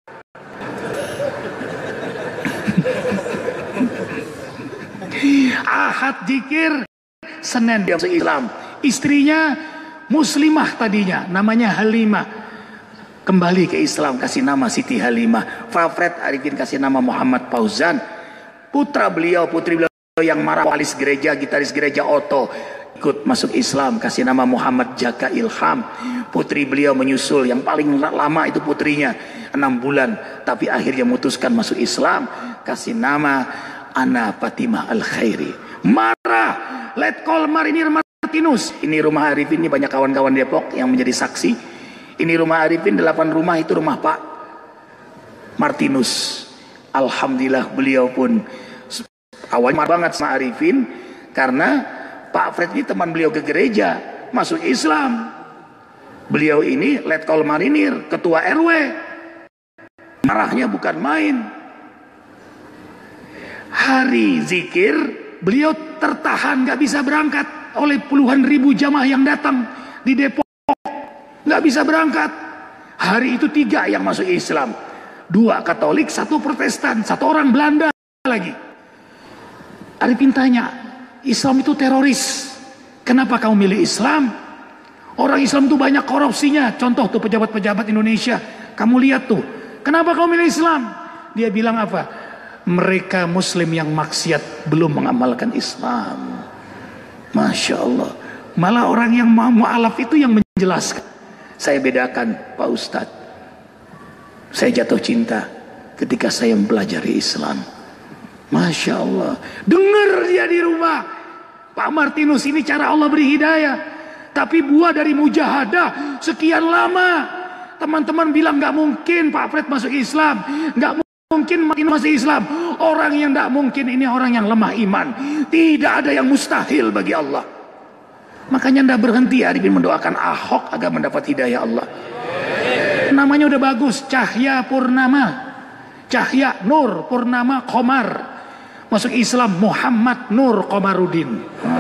Ahad zikir, Senin dia masuk Islam. Istrinya muslimah tadinya, namanya Halimah. Kembali ke Islam, kasih nama Siti Halimah. Fafred Arifin kasih nama Muhammad Fauzan. Putra beliau, putri beliau yang marah walis gereja, gitaris gereja Otto, ikut masuk Islam, kasih nama Muhammad Jaka Ilham. Putri beliau menyusul, yang paling lama itu putrinya 6 bulan, tapi akhirnya memutuskan masuk Islam, kasih nama Ana Fatimah Al-Khairi. Marah Letkol Marinir Martinus. Ini rumah Arifin, ini banyak kawan-kawan Depok yang menjadi saksi. Ini rumah Arifin, 8 rumah itu rumah Pak Martinus. Alhamdulillah beliau pun awalnya marah banget sama Arifin, karena Pak Fred ini teman beliau ke gereja, masuk Islam. Beliau ini Letkol Marinir, ketua RW. Marahnya bukan main. Hari zikir beliau tertahan, gak bisa berangkat oleh puluhan ribu jamaah yang datang di Depok, gak bisa berangkat. Hari itu 3 yang masuk Islam, 2 Katolik, 1 Protestan, 1 orang Belanda lagi. Arifin tanya, Islam itu teroris, kenapa kamu milih Islam? Orang Islam itu banyak korupsinya. Contoh tuh pejabat-pejabat Indonesia, kamu lihat tuh, kenapa kamu milih Islam? Dia bilang apa? Mereka muslim yang maksiat belum mengamalkan Islam. Masya Allah. Malah orang yang mu'alaf itu yang menjelaskan. Saya bedakan Pak Ustadz, saya jatuh cinta ketika saya mempelajari Islam. Masya Allah. Dengar dia di rumah, Pak Martinus ini cara Allah beri hidayah, tapi buah dari mujahadah sekian lama. Teman-teman bilang gak mungkin Pak Fred masuk Islam, gak mungkin masuk Islam. Orang yang tidak mungkin ini orang yang lemah iman. Tidak ada yang mustahil bagi Allah. Makanya tidak berhenti Arifin mendoakan Ahok agar mendapat hidayah Allah. Namanya udah bagus, Cahya Purnama, Cahya Nur Purnama Komar. Masuk Islam Muhammad Nur Komarudin.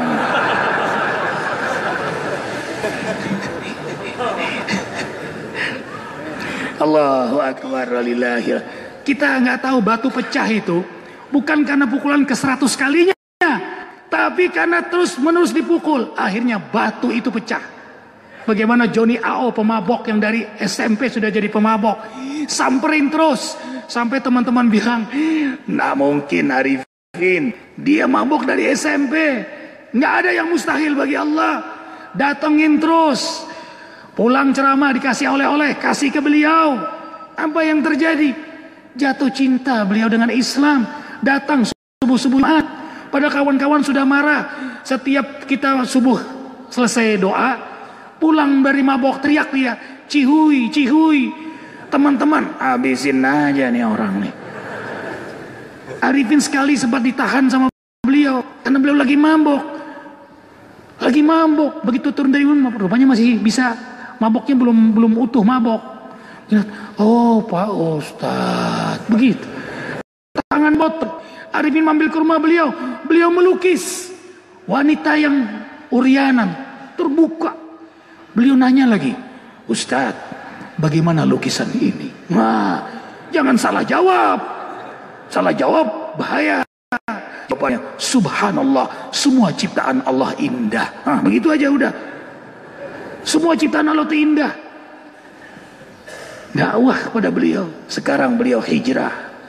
Allahu Akbar walillahil. Kita nggak tahu batu pecah itu bukan karena pukulan ke 100 kalinya, tapi karena terus menerus dipukul, akhirnya batu itu pecah. Bagaimana Johnny AO pemabok yang dari SMP sudah jadi pemabok, samperin terus sampai teman-teman bilang, nggak mungkin Arifin, dia mabok dari SMP, nggak ada yang mustahil bagi Allah. Datengin terus, pulang ceramah dikasih oleh-oleh, kasih ke beliau. Apa yang terjadi? Jatuh cinta beliau dengan Islam. Datang subuh-subuh Jumat, pada kawan-kawan sudah marah. Setiap kita subuh selesai doa, pulang dari mabok teriak dia, cihui, cihui. Teman-teman, habisin aja nih orang nih. Arifin sekali sempat ditahan sama beliau karena beliau lagi mabok. Lagi mabok, begitu turun dari rumah, rupanya masih bisa, maboknya belum utuh mabok. Oh Pak Ustadz, begitu. Tangan botol. Arifin ambil ke rumah beliau, beliau melukis wanita yang urianan, terbuka. Beliau nanya lagi, Ustadz, bagaimana lukisan ini? Nah, jangan salah jawab. Salah jawab bahaya. Jawabannya, Subhanallah, semua ciptaan Allah indah. Nah, begitu aja udah. Semua ciptaan Allah itu indah. Dakwah kepada beliau. Sekarang beliau hijrah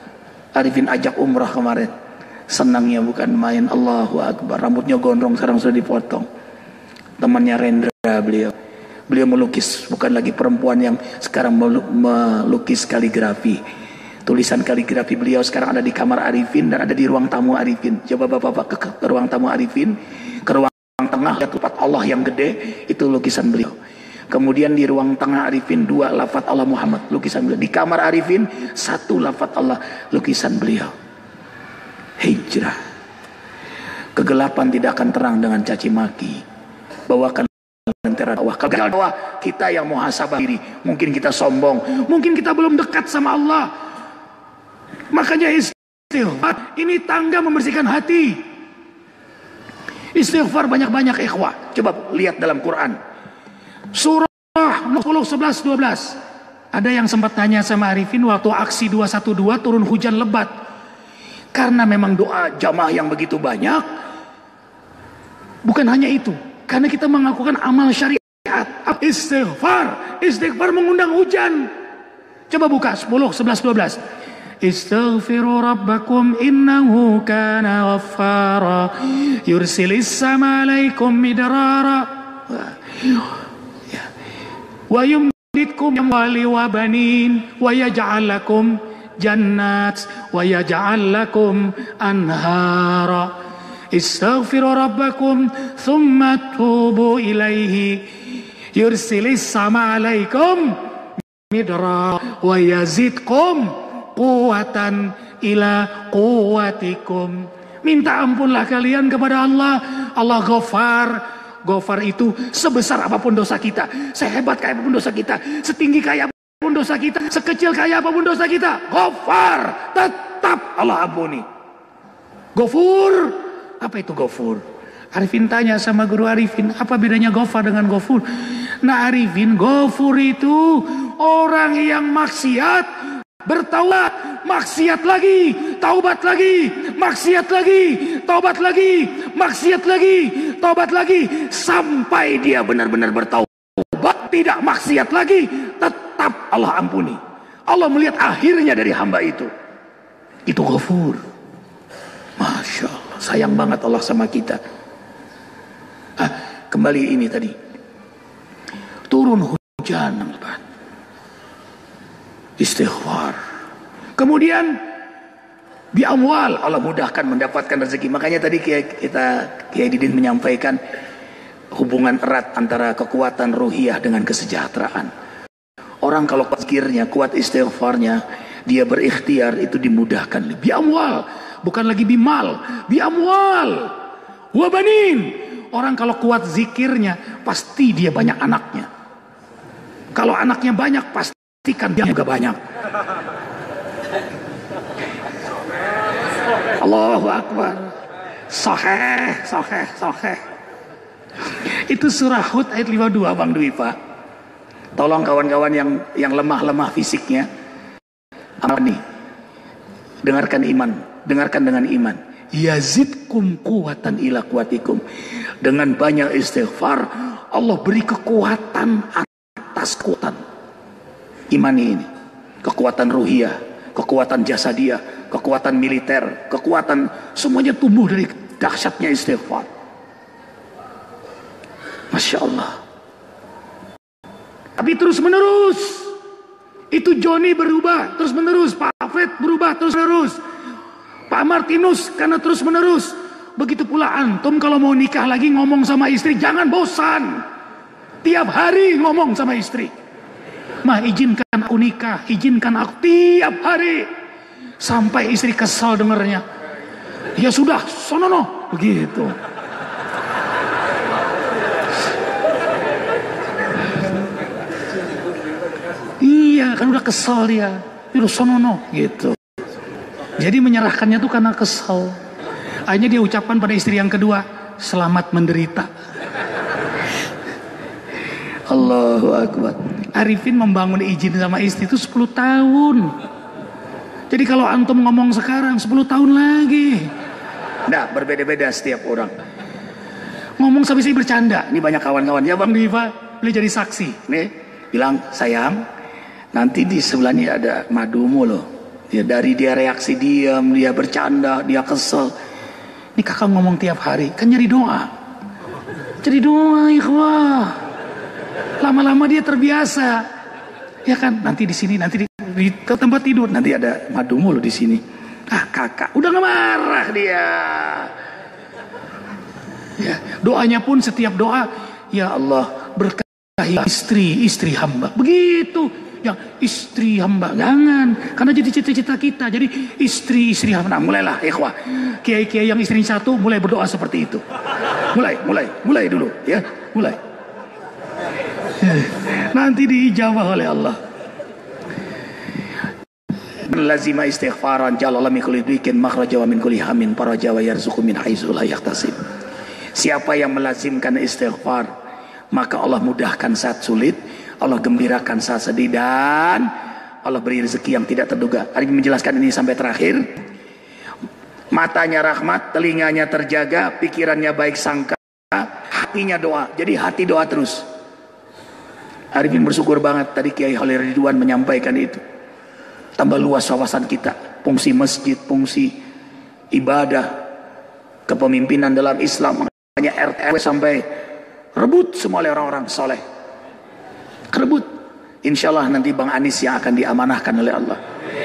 Arifin ajak umrah kemarin. Senangnya bukan main, Allahu Akbar. Rambutnya gondrong, sekarang sudah dipotong. Temannya Rendra beliau. Beliau melukis, bukan lagi perempuan yang sekarang melukis kaligrafi. Tulisan kaligrafi beliau sekarang ada di kamar Arifin dan ada di ruang tamu Arifin. Coba bapak-bapak ke ruang tamu Arifin, ke ruang tengah, lihat tempat Allah yang gede, itu lukisan beliau. Kemudian di ruang tengah Arifin 2 lafaz Allah Muhammad, lukisan beliau. Di kamar Arifin 1 lafaz Allah, lukisan beliau. Hijrah. Kegelapan tidak akan terang dengan caci maki. Bawakan lentera dakwah. Dakwah kita yang muhasabah diri. Mungkin kita sombong, mungkin kita belum dekat sama Allah. Makanya istighfar ini tangga membersihkan hati. Istighfar banyak-banyak ikhwah. Coba lihat dalam Quran. Surah 10, 11, 12. Ada yang sempat tanya sama Arifin waktu aksi 212 turun hujan lebat. Karena memang doa jamaah yang begitu banyak. Bukan hanya itu. Karena kita melakukan amal syariat. Istighfar. Istighfar mengundang hujan. Coba buka 10, 11, 12. Istaghfiru rabbakum innahu kana ghaffara yursilis sama alaikum midrara wa yumditkum amwali wa banin wa yaj'al lakum jannat wa yaj'al lakum anhara. Istaghfiru rabbakum thumma tubu ilaihi yursilis sama alaikum midrara wa yazidkum quwatan ila quwatikum. Minta ampunlah kalian kepada Allah. Allah Ghafar. Ghafar itu sebesar apapun dosa kita, sehebat kayak apapun dosa kita, setinggi kayak apapun dosa kita, sekecil kayak apapun dosa kita, Ghafar, tetap Allah ampuni. Ghafur. Apa itu Ghafur? Arifin tanya sama guru Arifin, apa bedanya Ghafar dengan Ghafur? Nah Arifin, Ghafur itu orang yang maksiat bertaubat, maksiat lagi, taubat lagi, maksiat lagi, taubat lagi, maksiat lagi, taubat lagi, sampai dia benar-benar bertaubat, tidak maksiat lagi, tetap Allah ampuni. Allah melihat akhirnya dari hamba itu. Itu Ghafur. Masya Allah, sayang banget Allah sama kita. Kembali ini tadi, turun hujan lebat. Istighfar. Kemudian bi amwal, Allah mudahkan mendapatkan rezeki. Makanya tadi Kiai Didin menyampaikan hubungan erat antara kekuatan ruhiyah dengan kesejahteraan. Orang kalau zikirnya, kuat istighfarnya, dia berikhtiar, itu dimudahkan. Bi amwal, bukan lagi bimal, bi amwal wa banin. Orang kalau kuat zikirnya, pasti dia banyak anaknya. Kalau anaknya banyak, pastikan dia juga banyak. Allahu Akbar. Sahih, sahih, sahih. Itu surah Hud ayat 52 Bang Dwi Pak. Tolong kawan-kawan yang lemah-lemah fisiknya, apa nih? Dengarkan iman, dengarkan dengan iman. Yazidkum kuwatan ila kuwatikum. Dengan banyak istighfar, Allah beri kekuatan atas kekuatan. Iman ini, kekuatan ruhiyah, kekuatan jasadiyah, kekuatan militer, kekuatan semuanya tumbuh dari dahsyatnya istighfar. Masya Allah. Tapi terus menerus, itu Joni berubah terus menerus, Pak Fred berubah terus menerus, Pak Martinus karena terus menerus. Begitu pula antum kalau mau nikah lagi ngomong sama istri, jangan bosan. Tiap hari ngomong sama istri. Mah izinkan aku nikah, izinkan aku, tiap hari. Sampai istri kesal dengernya. Ya sudah, sonono. Begitu. Iya, kan udah kesal dia. Itu sonono, gitu. Jadi menyerahkannya tuh karena kesal. Akhirnya dia ucapkan pada istri yang kedua, selamat menderita. Allahu Akbar. Arifin membangun izin sama istri itu 10 tahun. Jadi kalau antum ngomong sekarang 10 tahun lagi. Nah, berbeda-beda setiap orang. Ngomong sama istri bercanda. Ini banyak kawan-kawan. Ya Bang Diva, boleh jadi saksi. Nih, bilang, sayang, nanti di sebelahnya ada madumu loh. Ya, dari dia reaksi diam, dia bercanda, dia kesel. Ini kakak ngomong tiap hari, kan nyari doa. Jadi doa, ikhwah. Lama-lama dia terbiasa. Ya kan, nanti di sini, nanti di tempat tidur, nanti ada madu mulu di sini. Ah, kakak, udah gak marah dia. Ya, doanya pun setiap doa, ya Allah berkahi istri hamba. Begitu. Yang istri hamba, jangan, karena jadi cita-cita kita. Jadi istri hamba. Nah, mulailah ikhwah, kiai-kiai yang istrinya satu mulai berdoa seperti itu. Mulai dulu ya, mulai. Nanti diijabah oleh Allah. Lazima istighfaran jalala min kulli dhikin makhraja wa min kulli hamin faraja wa yarzuqu min haitsu la yahtasib. Siapa yang melazimkan istighfar, maka Allah mudahkan saat sulit, Allah gembirakan saat sedih, dan Allah beri rezeki yang tidak terduga. Hari ini menjelaskan ini sampai terakhir. Matanya rahmat, telinganya terjaga, pikirannya baik sangka, hatinya doa. Jadi hati doa terus. Arifin bersyukur banget tadi Kiai Khalil Ridwan menyampaikan itu. Tambah luas wawasan kita, fungsi masjid, fungsi ibadah, kepemimpinan dalam Islam. Makanya RT RW sampai rebut semua oleh orang-orang soleh. Kerebut. Insya Allah nanti Bang Anis yang akan diamanahkan oleh Allah.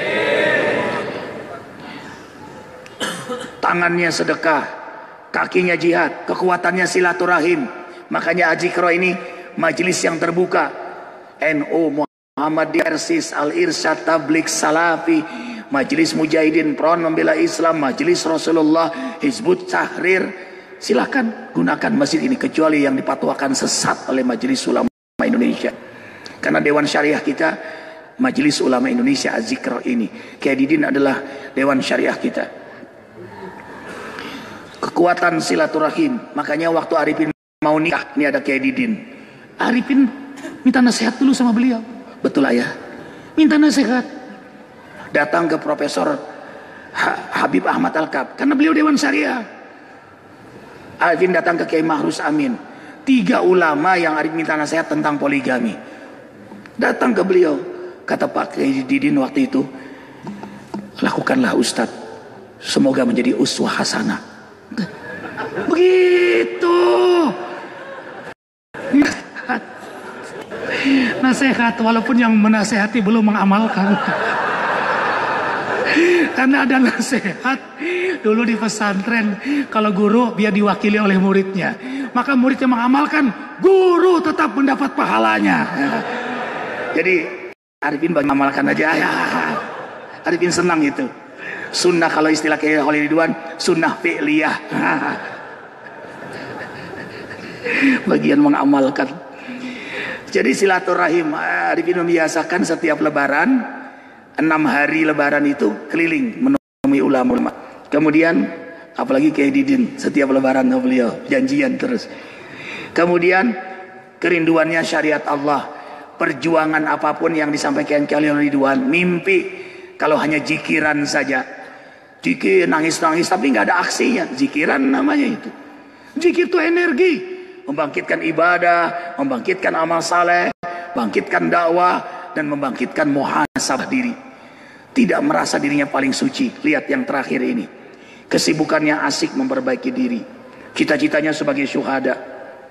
Tangannya sedekah, kakinya jihad, kekuatannya silaturahim. Makanya Ajikro ini majelis yang terbuka. NU, Muhammadiyah, Persis, Al-Irsyad, Tabligh, Salafi, Majelis Mujahidin, Front Membela Islam, Majelis Rasulullah, Hizbut Tahrir. Silakan gunakan masjid ini, kecuali yang dipatwakan sesat oleh Majelis Ulama Indonesia. Karena Dewan Syariah kita, Majelis Ulama Indonesia Az-Zikr ini, Kiai Didin adalah Dewan Syariah kita. Kekuatan silaturahim. Makanya waktu Arifin mau nikah, ini ada Kiai Didin. Arifin minta nasihat dulu sama beliau. Betul ayah, minta nasihat. Datang ke Profesor Habib Ahmad Al-Kab, karena beliau Dewan Syariah. Arifin datang ke Kiai Mahrus Amin, 3 ulama yang Arifin minta nasihat tentang poligami. Datang ke beliau, kata Pak Kiai Didin waktu itu, lakukanlah Ustadz, semoga menjadi uswah hasanah. Begitu. Nasihat, walaupun yang menasehati belum mengamalkan. Karena ada nasihat dulu di pesantren, kalau guru biar diwakili oleh muridnya, maka muridnya mengamalkan, guru tetap mendapat pahalanya. Jadi Arifin bagi mengamalkan aja ya. Arifin senang itu. Sunnah, kalau istilah Kiai Khalil Ridwan, sunnah fi'liyah. Bagian mengamalkan. Jadi silaturahim, Arifin membiasakan setiap lebaran, 6 hari lebaran itu keliling menemui ulama. Kemudian apalagi Kiai Didin, setiap lebaran beliau janjian terus. Kemudian kerinduannya syariat Allah. Perjuangan apapun yang disampaikan Kiai Ridwan, mimpi kalau hanya jikiran saja. Zikir nangis-nangis tapi nggak ada aksinya. Zikiran namanya itu. Zikir itu energi, membangkitkan ibadah, membangkitkan amal saleh, bangkitkan dakwah, dan membangkitkan muhasabah diri. Tidak merasa dirinya paling suci. Lihat yang terakhir ini, kesibukannya asik memperbaiki diri, cita-citanya sebagai syuhada.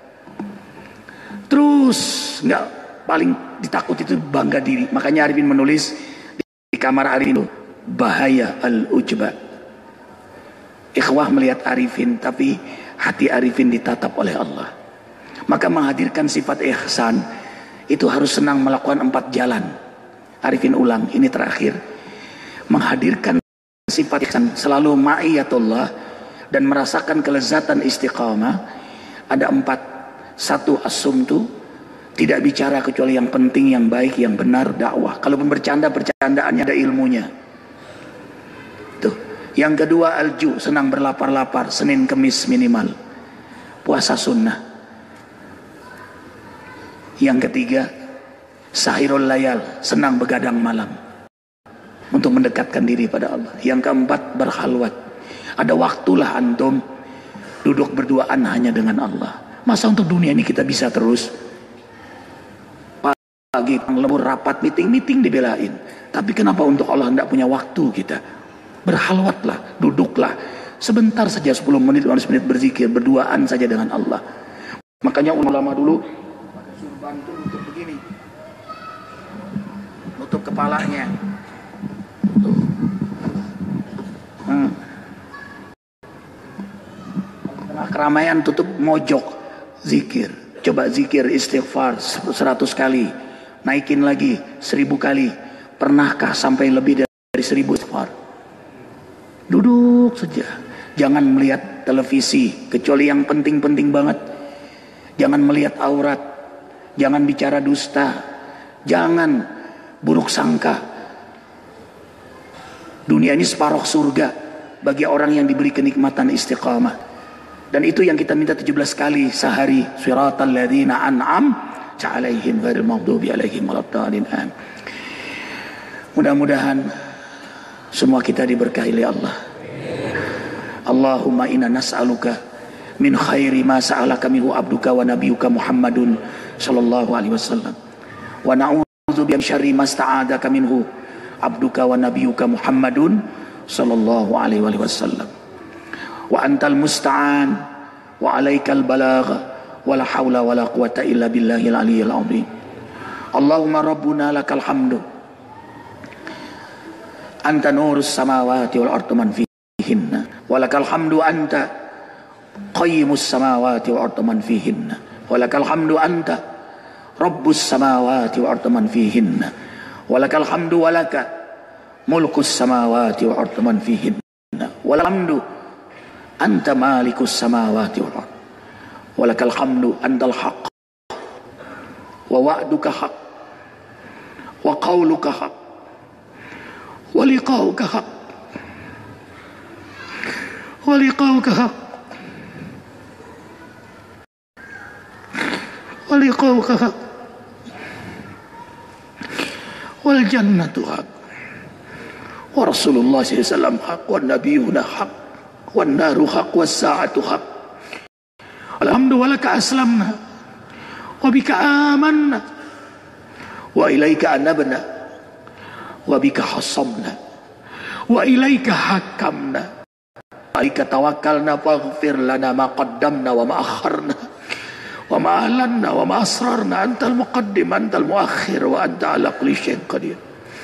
Terus nggak, paling ditakut itu bangga diri. Makanya Arifin menulis di kamar Arifin, bahaya al-ujba. Ikhwah melihat Arifin, tapi hati Arifin ditatap oleh Allah. Maka menghadirkan sifat ihsan itu harus senang melakukan 4 jalan. Arifin ulang, ini terakhir. Menghadirkan sifat ihsan, selalu ma'iyatullah dan merasakan kelezatan istiqamah. Ada 4. 1, as-sumtu, tidak bicara kecuali yang penting, yang baik, yang benar, dakwah. Kalaupun bercanda, bercandaannya ada ilmunya. Tuh. Yang kedua, alju, senang berlapar-lapar, Senin Kemis minimal, puasa sunnah. Yang ketiga, sahirul layal, senang begadang malam untuk mendekatkan diri pada Allah. Yang keempat, berkhalwat. Ada waktulah antum duduk berduaan hanya dengan Allah. Masa untuk dunia ini kita bisa terus? Lagi lembur rapat meeting dibelain. Tapi kenapa untuk Allah tidak punya waktu kita? Berhalwatlah, duduklah sebentar saja, 10 menit, 15 menit berzikir, berduaan saja dengan Allah. Makanya ulama dulu suruh bantu nutup begini, nutup kepalanya. Tengah keramaian tutup mojok, zikir. Coba zikir istighfar 100 kali, naikin lagi 1000 kali. Pernahkah sampai lebih dari 1000 istighfar? Duduk saja, jangan melihat televisi kecuali yang penting-penting banget. Jangan melihat aurat, jangan bicara dusta, jangan buruk sangka. Dunia ini separuh surga bagi orang yang diberi kenikmatan istiqamah. Dan itu yang kita minta 17 kali sehari. Siratal ladzina an'amta 'alaihim ghairil maghdubi 'alaihim waladdallin. Mudah-mudahan semua kita diberkahi oleh Allah. Allahumma inna nas'aluka min khairi ma sa'alaka minhu abduka wa nabiyyuka Muhammadun sallallahu alaihi wasallam. Wa na'udzu bi syarri ma sta'adaka minhu abduka wa nabiyyuka Muhammadun sallallahu alaihi wasallam. Wa antal musta'an wa alaikal balagh wa la haula wa la quwata illa billahil aliyyil azim. Allahumma rabbuna lakal hamdu anta nurus samawati wal ardi man fihinna wa lakal hamdu anta qayyimus samawati wal ardi man fihinna wa lakal hamdu anta rabbus samawati wal ardi man fihinna wa lakal hamdu wa laka mulkus samawati wal ardi man fihinna wa lakal hamdu anta malikus samawati wal ardi wa lakal hamdu antal haqq wa wa'duka haqq wa qawluka haqq wa liqa'uka haqq wa liqa'uka haqq wa liqa'uka haqq wal jannatu haqq wa rasulullah sallallahu alaihi wasallam haqq wa nabiyuna haqq wan naru haqq was sa'atu haqq. Alhamdulillah laka aslamna wa bika amanna wa ilaika anabna wa bika hasamna wa ilaika hakamna wa ilaika tawakkalna faghfir lana ma qaddamna wa ma akharna wa ma alanna wa ma asrarna antal muqaddim antal muakhir wa anta ala kulli syai'in qadir.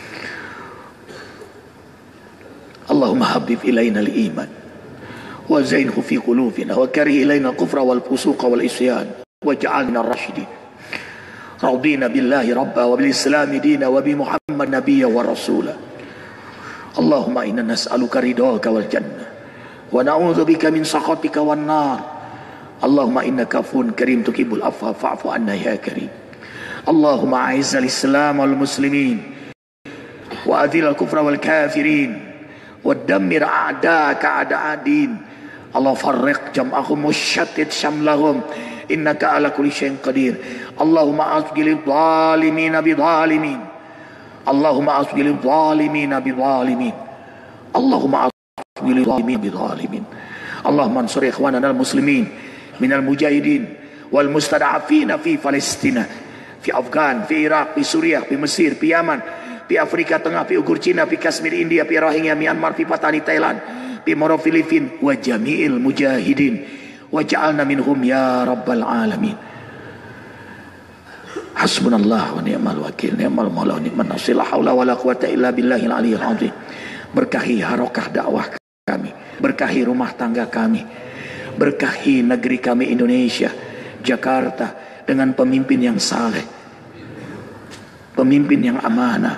Allahumma habib ilaina al-iman wa zainhu fi qulubina wa karih ilaina al-kufra wal fusuqa wal isyan waj'alna ar-rashidin. Radina billahi rabba wa bil islami dina wa bi Muhammad nabiyya wa rasula. Allahumma inna nas'aluka ridhaka wal jannah wa na'udzu bika min sakhatika wan nar. Allahumma innaka afuwwun karim tuhibbul afwa fa'fu anna ya karim. Allahumma a'izzal islam wal muslimin wa adhil al-kufra wal kafirin wa dammir a'da'aka a'da'ad-din. Allah farriq jam'ahum wa shattit shamlahum innaka ala kulli syai'in qadir. Allahumma asghil adh-dhalimin bidh-dhalimin. Allahumma asghil adh-dhalimin bidh-dhalimin. Allahumma asghil adh-dhalimin bidh-dhalimin. Allahumma ansur ikhwanana al-muslimin minal mujahidin wal mustada'afina fi Palestina, fi Afghan, fi Iraq, fi Suriah, fi Mesir, fi Yaman, fi Afrika Tengah, fi Uighur Cina, fi Kashmir India, fi Rohingya Myanmar, fi Patani Thailand, fi Moro Filipin wa jami'il mujahidin waj'alna minhum ya rabbal alamin. Hasbunallah wa ni'mal wakil, ni'mal maula wa ni'man nasir, la haula wala quwata illa billahil aliyyil azim. Berkahi harokah dakwah kami, berkahi rumah tangga kami, berkahi negeri kami Indonesia, Jakarta, dengan pemimpin yang saleh, pemimpin yang amanah.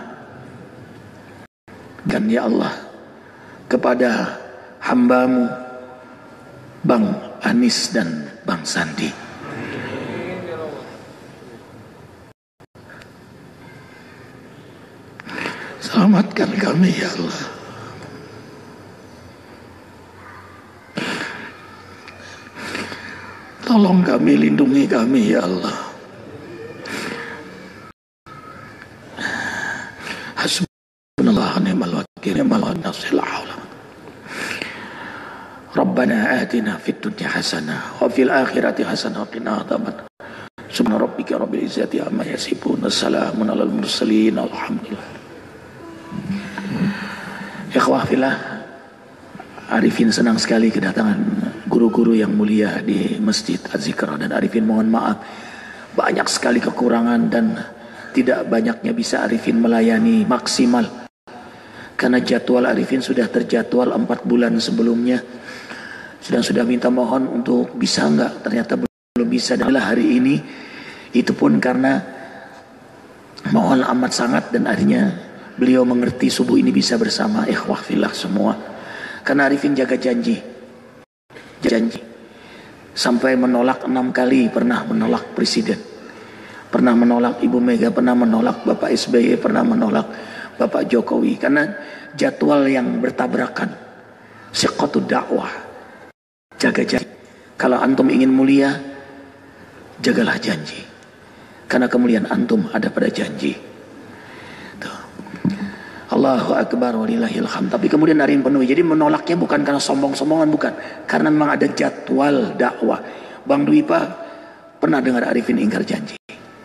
Dan ya Allah, kepada hambamu Bang Anies dan Bang Sandi, selamatkan kami ya Allah. Tolong kami, lindungi kami ya Allah. Hasbunallah ni'mal wakil, ni'mal nasir, la haula. Rabbana atina fid dunya hasanah wa fil akhirati hasanah wa qina adzabannar. Subhana rabbika rabbil izzati amma yasifun, wassalamun alal mursalin, alhamdulillah. Ikhwah fillah, Arifin senang sekali kedatangan guru-guru yang mulia di Masjid Az-Zikra, dan Arifin mohon maaf banyak sekali kekurangan dan tidak banyaknya bisa Arifin melayani maksimal karena jadwal Arifin sudah terjadwal 4 bulan sebelumnya. Sudah minta mohon untuk bisa enggak, ternyata belum bisa. Dan hari ini itu pun karena mohon amat sangat, dan akhirnya beliau mengerti subuh ini bisa bersama ikhwah fillah semua. Karena Arifin jaga janji sampai menolak 6 kali, pernah menolak presiden, pernah menolak Ibu Mega, pernah menolak Bapak SBY, pernah menolak Bapak Jokowi, karena jadwal yang bertabrakan. Siqatud dakwah, jaga janji. Kalau antum ingin mulia, jagalah janji, karena kemuliaan antum ada pada janji. Tuh. Allahu Akbar walillahil hamd. Tapi kemudian Arifin penuhi. Jadi menolaknya bukan karena sombong-sombongan, bukan, karena memang ada jadwal dakwah. Bang Dwi Pak pernah dengar Arifin ingkar janji?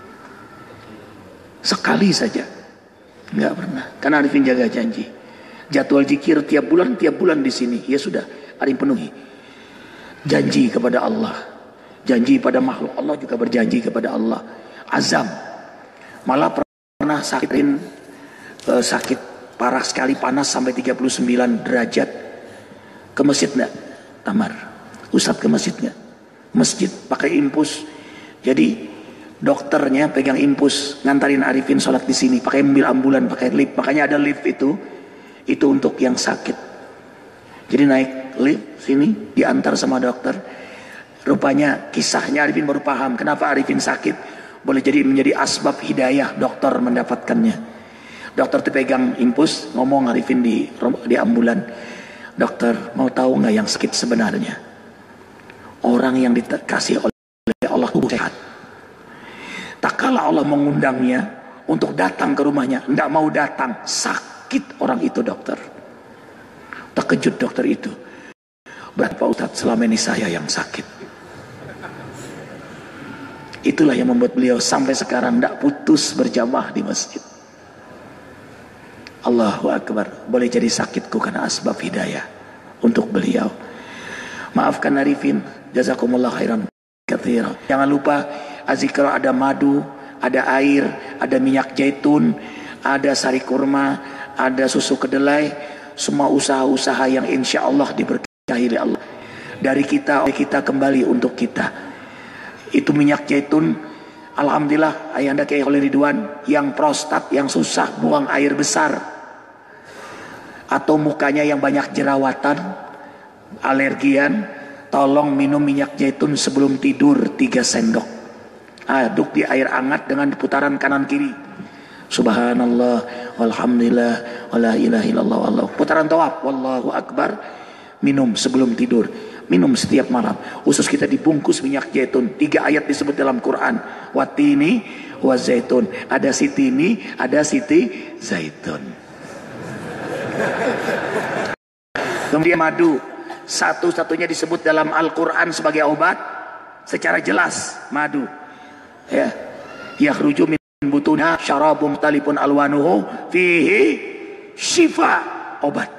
Sekali saja, nggak pernah. Karena Arifin jaga janji. Jadwal zikir tiap bulan di sini, ya sudah, Arifin penuhi. Janji kepada Allah, janji pada makhluk, Allah juga berjanji kepada Allah. Azam. Malah pernah sakit parah sekali, panas sampai 39 derajat. Ke masjid nggak? Tamar. Ustadz ke masjid nggak? Masjid pakai infus. Jadi dokternya pegang infus, ngantarin Arifin sholat di sini, pakai mobil ambulan, pakai lift. Makanya ada lift itu untuk yang sakit. Jadi naik lift sini, diantar sama dokter. Rupanya kisahnya Arifin baru paham kenapa Arifin sakit. Boleh jadi menjadi asbab hidayah dokter mendapatkannya. Dokter tuh pegang infus, ngomong Arifin di ambulan, dokter mau tahu nggak yang sakit sebenarnya? Orang yang dikasih oleh Allah sehat. Tak kala Allah mengundangnya untuk datang ke rumahnya, tidak mau datang, sakit orang itu dokter. Terkejut dokter itu. Berapa Ustadz, selama ini saya yang sakit. Itulah yang membuat beliau sampai sekarang tidak putus berjamaah di masjid. Allahu Akbar. Boleh jadi sakitku karena asbab hidayah untuk beliau. Maafkan Arifin, jazakumullah khairan katsira. Jangan lupa Az-Zikra ada madu, ada air, ada minyak zaitun, ada sari kurma, ada susu kedelai. Semua usaha-usaha yang insya Allah diberkahi oleh Allah. Dari kita kembali untuk kita. Itu minyak zaitun, alhamdulillah Ayahanda Kiai Khalil Ridwan yang prostat, yang susah buang air besar, atau mukanya yang banyak jerawatan, alergian, tolong minum minyak zaitun sebelum tidur 3 sendok. Aduk di air hangat dengan putaran kanan kiri. Subhanallah, walhamdulillah, wala ilaha illallah, wallahu. Putaran tawaf, wallahu akbar. Minum sebelum tidur. Minum setiap malam. Usus kita dibungkus minyak zaitun. 3 ayat disebut dalam Quran. Watini wa zaitun. Ada sitini, ada siti zaitun. Kemudian madu. Satu-satunya disebut dalam Al-Quran sebagai obat. Secara jelas madu. Ya. Yakhruju min butuna syarabum talipun alwanuhu fihi syifa, obat.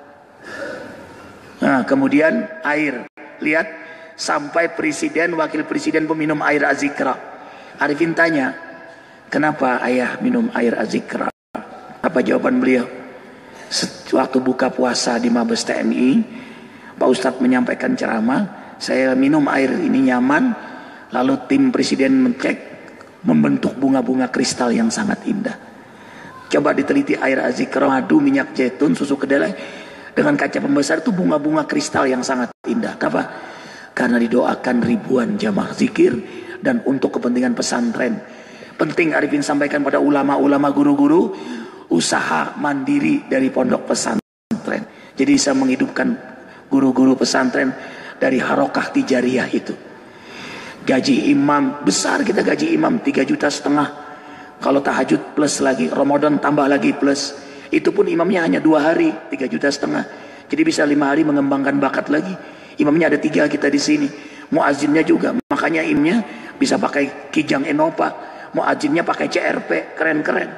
Nah, kemudian air. Lihat, sampai presiden, wakil presiden peminum air Az-Zikra. Arifin tanya, kenapa ayah minum air Az-Zikra? Apa jawaban beliau? Waktu buka puasa di Mabes TNI, Pak Ustadz menyampaikan ceramah, saya minum air ini nyaman. Lalu tim presiden mengecek, membentuk bunga-bunga kristal yang sangat indah. Coba diteliti air Az-Zikra, madu, minyak zaitun, susu kedelai dengan kaca pembesar, itu bunga-bunga kristal yang sangat indah. Kenapa? Karena didoakan ribuan jamaah zikir dan untuk kepentingan pesantren. Penting Arifin sampaikan pada ulama-ulama, guru-guru, usaha mandiri dari pondok pesantren. Jadi bisa menghidupkan guru-guru pesantren dari harokah tijariyah itu. Gaji imam besar, kita gaji imam 3,5 juta. Kalau tahajud plus lagi, Ramadan tambah lagi plus. Itu pun imamnya hanya 2 hari, 3,5 juta. Jadi bisa 5 hari mengembangkan bakat lagi. Imamnya ada 3 kita di sini. Muazzinnya juga. Makanya imamnya bisa pakai Kijang Innova, muadzinnya pakai CRP, keren-keren.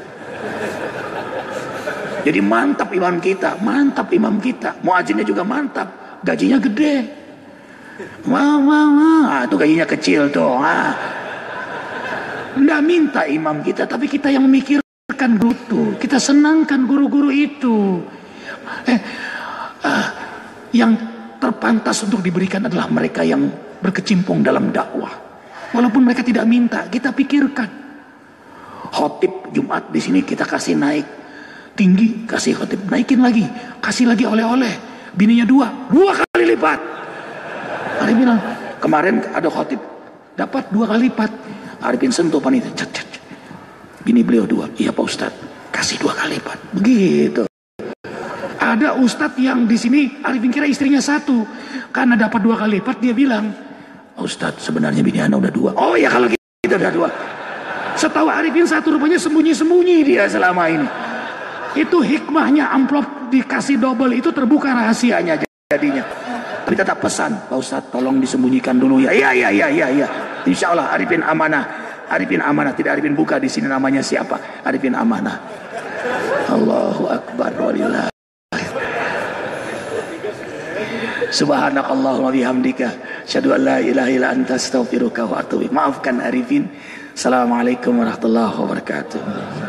Jadi mantap imam kita, muadzinnya juga mantap, gajinya gede. Wah, itu gajinya kecil tuh. Nggak minta imam kita, tapi kita yang memikirkan guru, kita senangkan guru-guru itu. Yang terpantas untuk diberikan adalah mereka yang berkecimpung dalam dakwah. Walaupun mereka tidak minta, kita pikirkan. Khotib Jumat di sini kita kasih naik tinggi, kasih khotib, naikin lagi, kasih lagi oleh-oleh, bininya dua kali lipat. Arif bilang, kemarin ada khotib dapat 2 kali lipat. Arifin sentuh panitia, bini beliau 2, iya Pak Ustadz, kasih 2 kali lipat. Begitu. Ada ustadz yang di sini Arifin kira istrinya 1, karena dapat 2 kali lipat dia bilang, Ustadz sebenarnya bini ana udah 2. Oh ya kalau gitu udah 2. Setahu Arifin 1, rupanya sembunyi-sembunyi dia selama ini. Itu hikmahnya amplop dikasih double itu terbuka rahasianya jadinya. Tapi tetap pesan, Pak Ustadz tolong disembunyikan dulu ya. Iya. Insya Allah Arifin amanah. Arifin amanah, tidak Arifin buka di sini namanya siapa. Arifin amanah. Allahu Akbar walillah. Subhanakallahumma bihamdika asyhadu an la ilaha illa anta astaghfiruka wa atubu ilaik. Maafkan Arifin. Assalamualaikum warahmatullahi wabarakatuh.